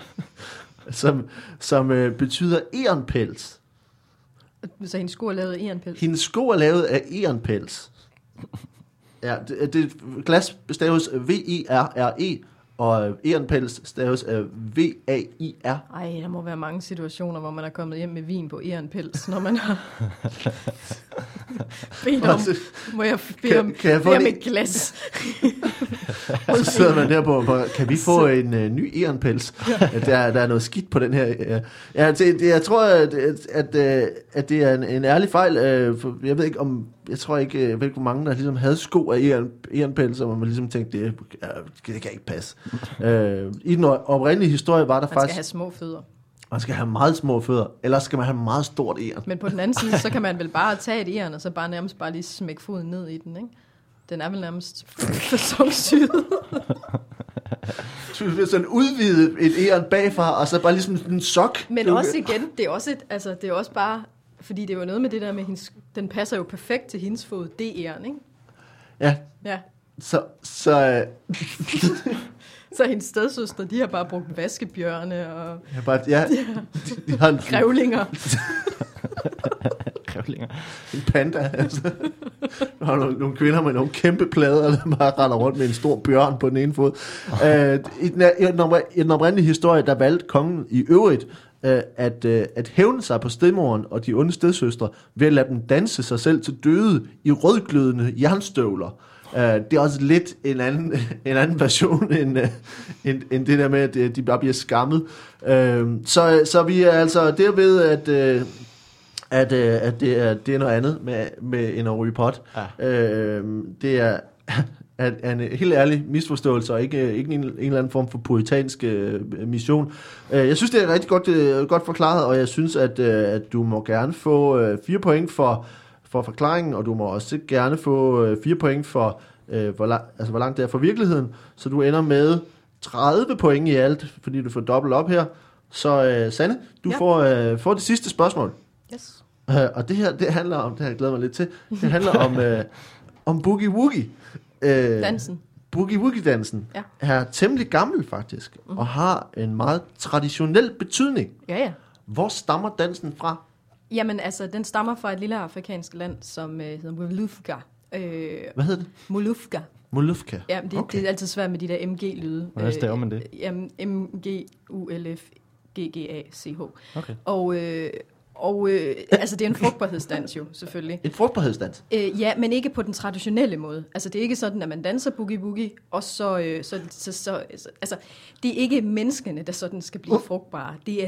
som betyder erenpels. Så hendes sko er lavet af erenpels? Hendes sko er lavet af erenpels. Ja, det glas bestaves V-E-R-R-E, Og ærenpels staves af V-A-I-R. Ej, der må være mange situationer, hvor man er kommet hjem med vin på ærenpels, når man har bedt om, må jeg bede om et glas. Så sidder man der på, kan vi få en ny ærenpels? Der er noget skidt på den her. Jeg tror, at det er en ærlig fejl. Jeg ved ikke, hvor mange, der ligesom havde sko af ærenpels, og man ligesom tænkte, det kan ikke passe. I den oprindelige historie var der faktisk... Man skal have små fødder. Man skal have meget små fødder, eller skal man have meget stort æren. Men på den anden side, så kan man vel bare tage et æren, og så nærmest bare lige smække foden ned i den, ikke? Den er vel nærmest fasonsyet. Du vil sådan udvide et æren bagfra, og så bare ligesom en sok. Men også igen, det er også bare... Fordi det er jo noget med det der med hendes... Den passer jo perfekt til hendes fod, det æren, ikke? Ja. Så så hendes stedsøster, de har bare brugt vaskebjørne og... De har en grævlinger. En panda, altså. Der har nogle kvinder med nogle kæmpe plader, der bare render rundt med en stor bjørn på den ene fod. I den oprindelige historie, der valgte kongen i øvrigt at hævne sig på stedmoren og de onde stedsøstre ved at lade dem danse sig selv til døde i rødglødende jernstøvler. Det er også lidt en anden version end det der med, at de bare bliver skammet. Så vi er altså derved, at det er noget andet med en at ryge pot. Ja. Det er en helt ærlig misforståelse, og ikke en eller anden form for puritansk mission. Jeg synes, det er rigtig godt forklaret, og jeg synes, at du må gerne få 4 point for forklaringen, og du må også gerne få 4 point for, hvor langt det er fra virkeligheden. Så du ender med 30 point i alt, fordi du får dobbelt op her. Så Sanne, du får det sidste spørgsmål. Yes. Og det her, det handler om, det har jeg glædet mig lidt til, det handler om Boogie Woogie. Dansen. Boogie Woogie-dansen er temmelig gammel faktisk, og har en meget traditionel betydning. Ja. Hvor stammer dansen fra? Jamen altså, den stammer fra et lille afrikansk land, som hedder Molufka. Hvad hedder det? Molufka. Molufka. Ja, det er altid svært med de der MG-lyde. Hvordan staver man det? M-G-U-L-F-G-G-A-C-H. Okay. Og altså, det er en frugtbarhedsdans jo, selvfølgelig. En frugtbarhedsdans? Ja, men ikke på den traditionelle måde. Altså, det er ikke sådan, at man danser boogie-woogie, og så altså, det er ikke menneskene, der sådan skal blive frugtbare. Det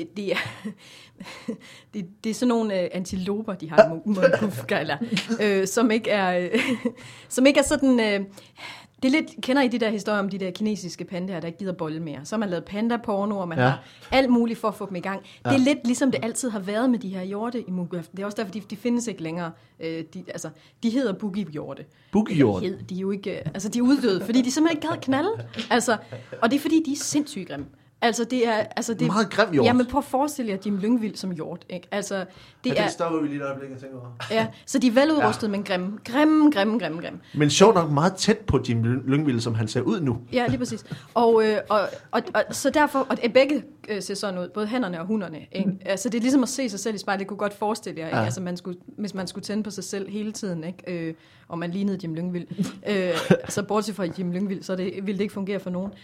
er sådan nogle antiloper, de har i Mongufgala, som ikke er sådan... Det er lidt, kender I de der historier om de der kinesiske pandaer, der ikke gider bolle mere? Så har man lavet panda-porno, og man har alt muligt for at få dem i gang. Ja. Det er lidt ligesom det altid har været med de her hjorte i Monguf. Det er også derfor, de findes ikke længere. De hedder boogie-hjorte. Boogie-hjorte? De er jo ikke, altså de er uddøde, fordi de simpelthen ikke gad knalde. Altså, og det er fordi, de er sindssygt grimme. Altså, det er meget grim hjort. Jamen, prøv at forestille jer Jim Lyngvild som hjort, ikke? Altså, det stopper vi lige et øjeblik og tænker over. Ja, så de er veludrustet, men grimme. Men sjovt nok meget tæt på Jim Lyngvild, som han ser ud nu. Ja, lige præcis. Og så derfor, og begge ser sådan ud, både hænderne og hunderne, ikke? Altså, det er ligesom at se sig selv i spejlet, det kunne godt forestille jer, ikke? Altså, hvis man skulle tænde på sig selv hele tiden, ikke? Og man lignede Jim Lyngvild. Så bortset fra Jim Lyngvild, så ville det ikke fungere for nogen.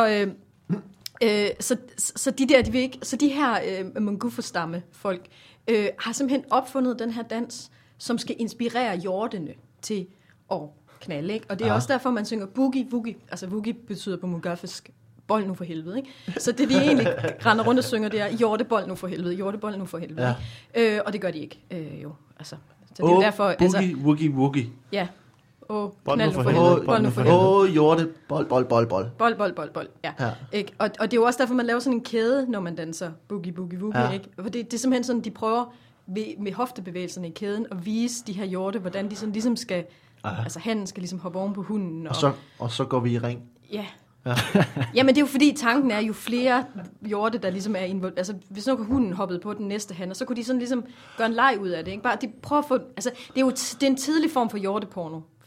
Så de her Mongufo-stamme folk har simpelthen opfundet den her dans, som skal inspirere hjortene til at knalde, ikke? Og det er også derfor, man synger boogie-woogie. Altså woogie betyder på mungofisk bold nu for helvede, ikke? Så det de egentlig render rundt og synger, det er hjortebold nu for helvede, hjortebold nu for helvede. Ja. Og det gør de ikke, jo. Altså, så det er derfor, boogie-woogie. Ja. Bold nu for helvede. Hjorte, bold. Bold, ja. Ikke? Og det er jo også derfor, man laver sådan en kæde, når man danser boogie-woogie, ikke? For det er simpelthen sådan, de prøver med hoftebevægelserne i kæden at vise de her hjorte, hvordan de sådan ligesom skal, altså hannen skal ligesom hoppe oven på hunden. Og så går vi i ring. Ja. Jamen det er jo fordi, tanken er jo flere hjorte, der ligesom er involveret. Altså hvis nu hunden hoppede på den næste han, og så kunne de sådan ligesom gøre en leg ud af det, ikke? Bare de prøver at få, altså det er en tidlig form for hjorteporno.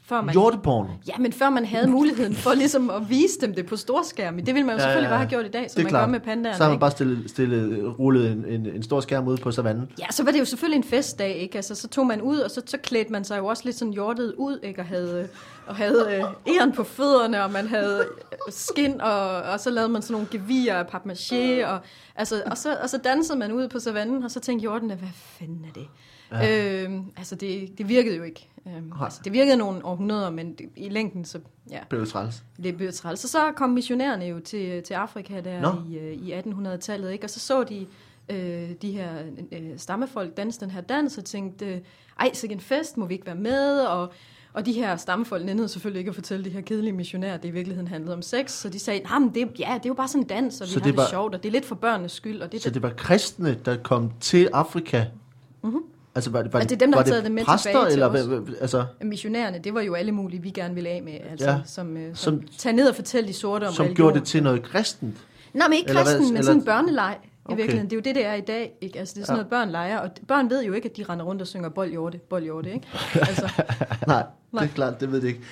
før man... Hjorteporno? Ja, men før man havde muligheden for ligesom at vise dem det på storskærm. Det ville man jo selvfølgelig bare have gjort i dag, som man gør med pandaerne. Så har man bare rullet en stor skærm ud på savannen. Ja, så var det jo selvfølgelig en festdag, ikke? Altså, så tog man ud, og så klædte man sig jo også lidt sådan hjortet ud, ikke? Og havde æren på fødderne, og man havde skin, og så lavede man sådan nogle gevier af papmaché, og så dansede man ud på savannen, og så tænkte hjortene, hvad fanden er det? Ja. Altså, det virkede jo ikke. Altså, det virkede nogle århundreder, men i længden, så ja. Blev det træls. Det blev træls. Så kom missionærerne jo til Afrika der i 1800-tallet, ikke? Og så de her stammefolk danse den her dans, og tænkte, ej, så en fest, må vi ikke være med? Og de her stammefolk nændede selvfølgelig ikke at fortælle de her kedelige missionærer, at det i virkeligheden handlede om sex, så de sagde, men det er jo bare sådan en dans, og vi har det sjovt, og det er lidt for børnenes skyld. Og det var kristne, der kom til Afrika? Mm-hmm. Altså, var det er dem, der har taget det med præster, tilbage til eller, os. Altså? Missionærerne, det var jo alle mulige, vi gerne ville af med, altså, som tager ned og fortælle de sorte om som religion. Gjorde det til noget kristent? Nej, men ikke kristent, men sådan en børneleg. I Okay. virkeligheden. Det er jo det er i dag. Ikke? Altså, det er sådan noget, børn leger. Og børn ved jo ikke, at de render rundt og synger boldhjorte, ikke? Altså. Nej, det er klart, det ved det ikke.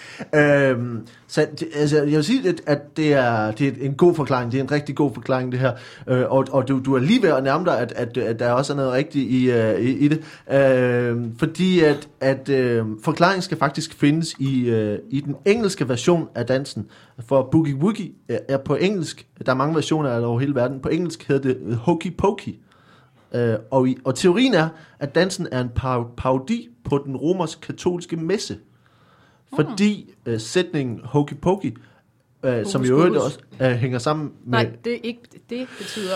Jeg vil sige, at det er en god forklaring. Det er en rigtig god forklaring, det her. Og du er lige ved at nærme dig, at der også er noget rigtigt i det. Fordi at forklaringen skal faktisk findes i den engelske version af dansen. For Boogie Woogie er på engelsk. Der er mange versioner af det over hele verden. På engelsk hedder det Hokey Pokey. Og teorien er, at dansen er en parodi på den romersk-katolske messe. Fordi sætningen Hokey Pokey, som i øvrigt også hænger sammen med... Nej, det er ikke det betyder...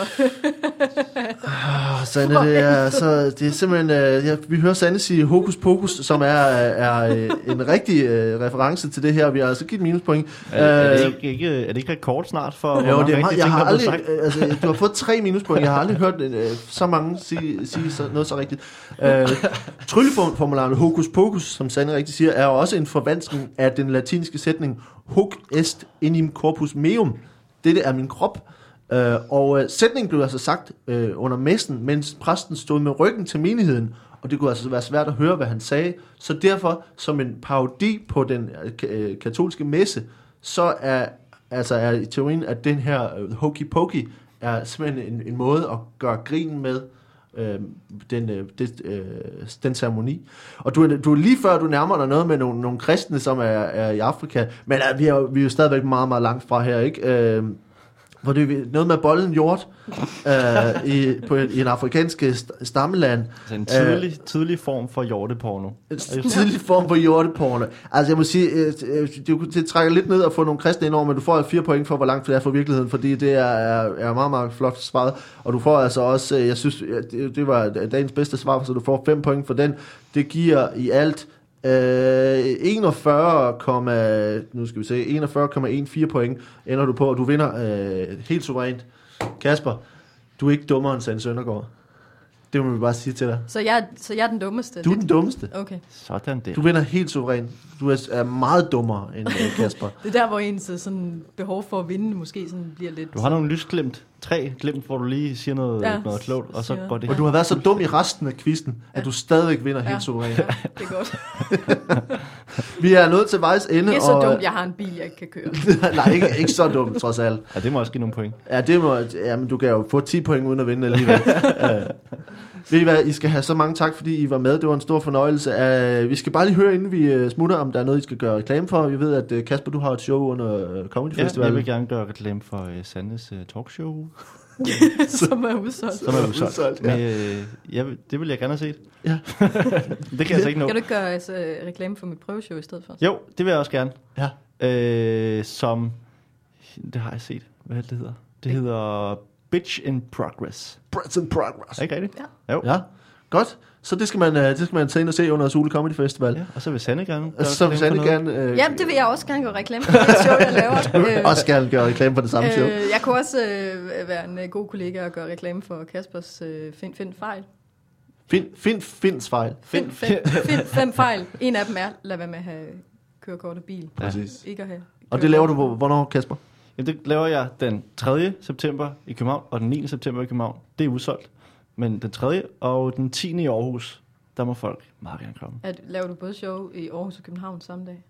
Sanne, det er simpelthen... vi hører Sanne sige Hokus Pokus, som er en rigtig reference til det her. Vi har altså givet minuspoint. Er det ikke rekord snart for, hvor mange rigtige ting, der er blevet sagt? Du har fået 3 minuspoint. Jeg har aldrig hørt så mange sige noget så rigtigt. Trylleformularen Hokus Pokus, som Sanne rigtig siger, er også en forvanskning af den latinske sætning Hoc est enim corpus meum. Dette er min krop. Og sætningen blev altså sagt under messen, mens præsten stod med ryggen til menigheden, og det kunne altså være svært at høre, hvad han sagde. Så derfor, som en parodi på den katolske messe, så er i teorien, at den her Hokey Pokey er simpelthen en måde at gøre grin med den ceremoni. Og du er lige før du nærmer dig noget med nogle kristne, som er i Afrika, men vi er jo stadigvæk meget, meget langt fra her, ikke? Hvor det er noget med bolden hjort i en afrikansk stammeland. Altså en tidlig form for hjorteporno. En tidlig form for hjorteporno. Altså jeg må sige, det trækker lidt ned at få nogle kristne ind over, men du får 4 point for, hvor langt det er fra virkeligheden, fordi det er meget, meget flot svaret. Og du får altså også, jeg synes, det var dagens bedste svar, så du får 5 point for den. Det giver i alt 41,14 point ender du på, og du vinder helt suverænt. Kasper, du er ikke dummere end Sanne Søndergaard. Det må vi bare sige til dig. Så jeg er den dummeste? Du er den dummeste. Okay. Sådan det. Du vinder helt suverænt. Du er meget dummere end Kasper. Det er der, hvor ens sådan behov for at vinde måske sådan bliver lidt... Du har nogle lysglimt. 3 glimt, hvor du lige siger noget klogt, og så går det. Og du har været så dum i resten af quizzen, at du stadigvæk vinder helt suverænt. Ja, det er godt. Vi er nået til vejs ende. Det er så dumt, jeg har en bil, jeg ikke kan køre. Nej, ikke så dumt, trods alt. Ja, det må også give nogle point. Ja, men du kan jo få 10 point uden at vinde alligevel. Ved I hvad, I skal have så mange tak, fordi I var med. Det var en stor fornøjelse. Vi skal bare lige høre, inden vi smutter, om der er noget, I skal gøre reklame for. Vi ved, at Kasper, du har et show under Comedy Festival. Jeg vil gerne gøre reklame for Sandes talkshow. Som er udsolgt. Men, det vil jeg gerne have set. Ja. Det kan jeg altså ikke nå. Kan du ikke gøre reklame for mit prøveshow i stedet for? Jo, det vil jeg også gerne. Ja. Som... Det har jeg set. Hvad det hedder? Det hedder Bitch in Progress. Bitch in Progress. Er ikke rigtigt? Ja. Jo. Ja, godt. Så det skal man tage ind og se under Zulu Comedy Festival. Ja, og så vil Sanne gerne Ja, det vil jeg også gerne gøre reklame for det show, jeg laver. Også gerne gøre reklame for det samme show. Jeg kunne også være en god kollega og gøre reklame for Kaspers Find fejl. Finds fejl. Find 5 fejl. En af dem er, lad være med at have kørekort og bil. Præcis. Ikke at have og det laver du på, hvornår, Kasper? Jamen, det laver jeg den 3. september i København, og den 9. september i København. Det er udsolgt. Men den 3. og den 10. i Aarhus, der må folk meget gerne komme. Laver du både show i Aarhus og København samme dag?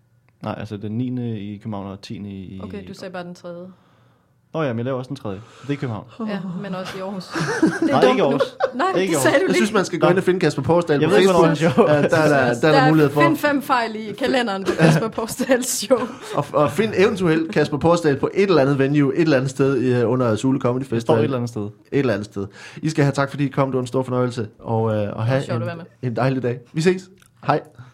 Nej, altså den 9. i København og 10. i... Okay, du sagde bare den 3. Nå ja, men jeg laver også den 3. Det er i København. Ja, men også i Aarhus. Nej, ikke i Aarhus. Nej, ikke det sagde du Jeg lige. synes, man skal gå ind og finde Kasper Porsdal på Jeg ved ikke, Facebook. hvornår det er Der er der mulighed for. Find 5 fejl i kalenderen på Kasper Porsdals show. Og find eventuelt Kasper Porsdal på et eller andet venue, et eller andet sted under Zulu Comedy Det står Festival. et eller andet sted. Et eller andet sted. I skal have tak, fordi I kom. Det var en stor fornøjelse. Og have sjovt at være med. en dejlig dag. Vi ses. Hej.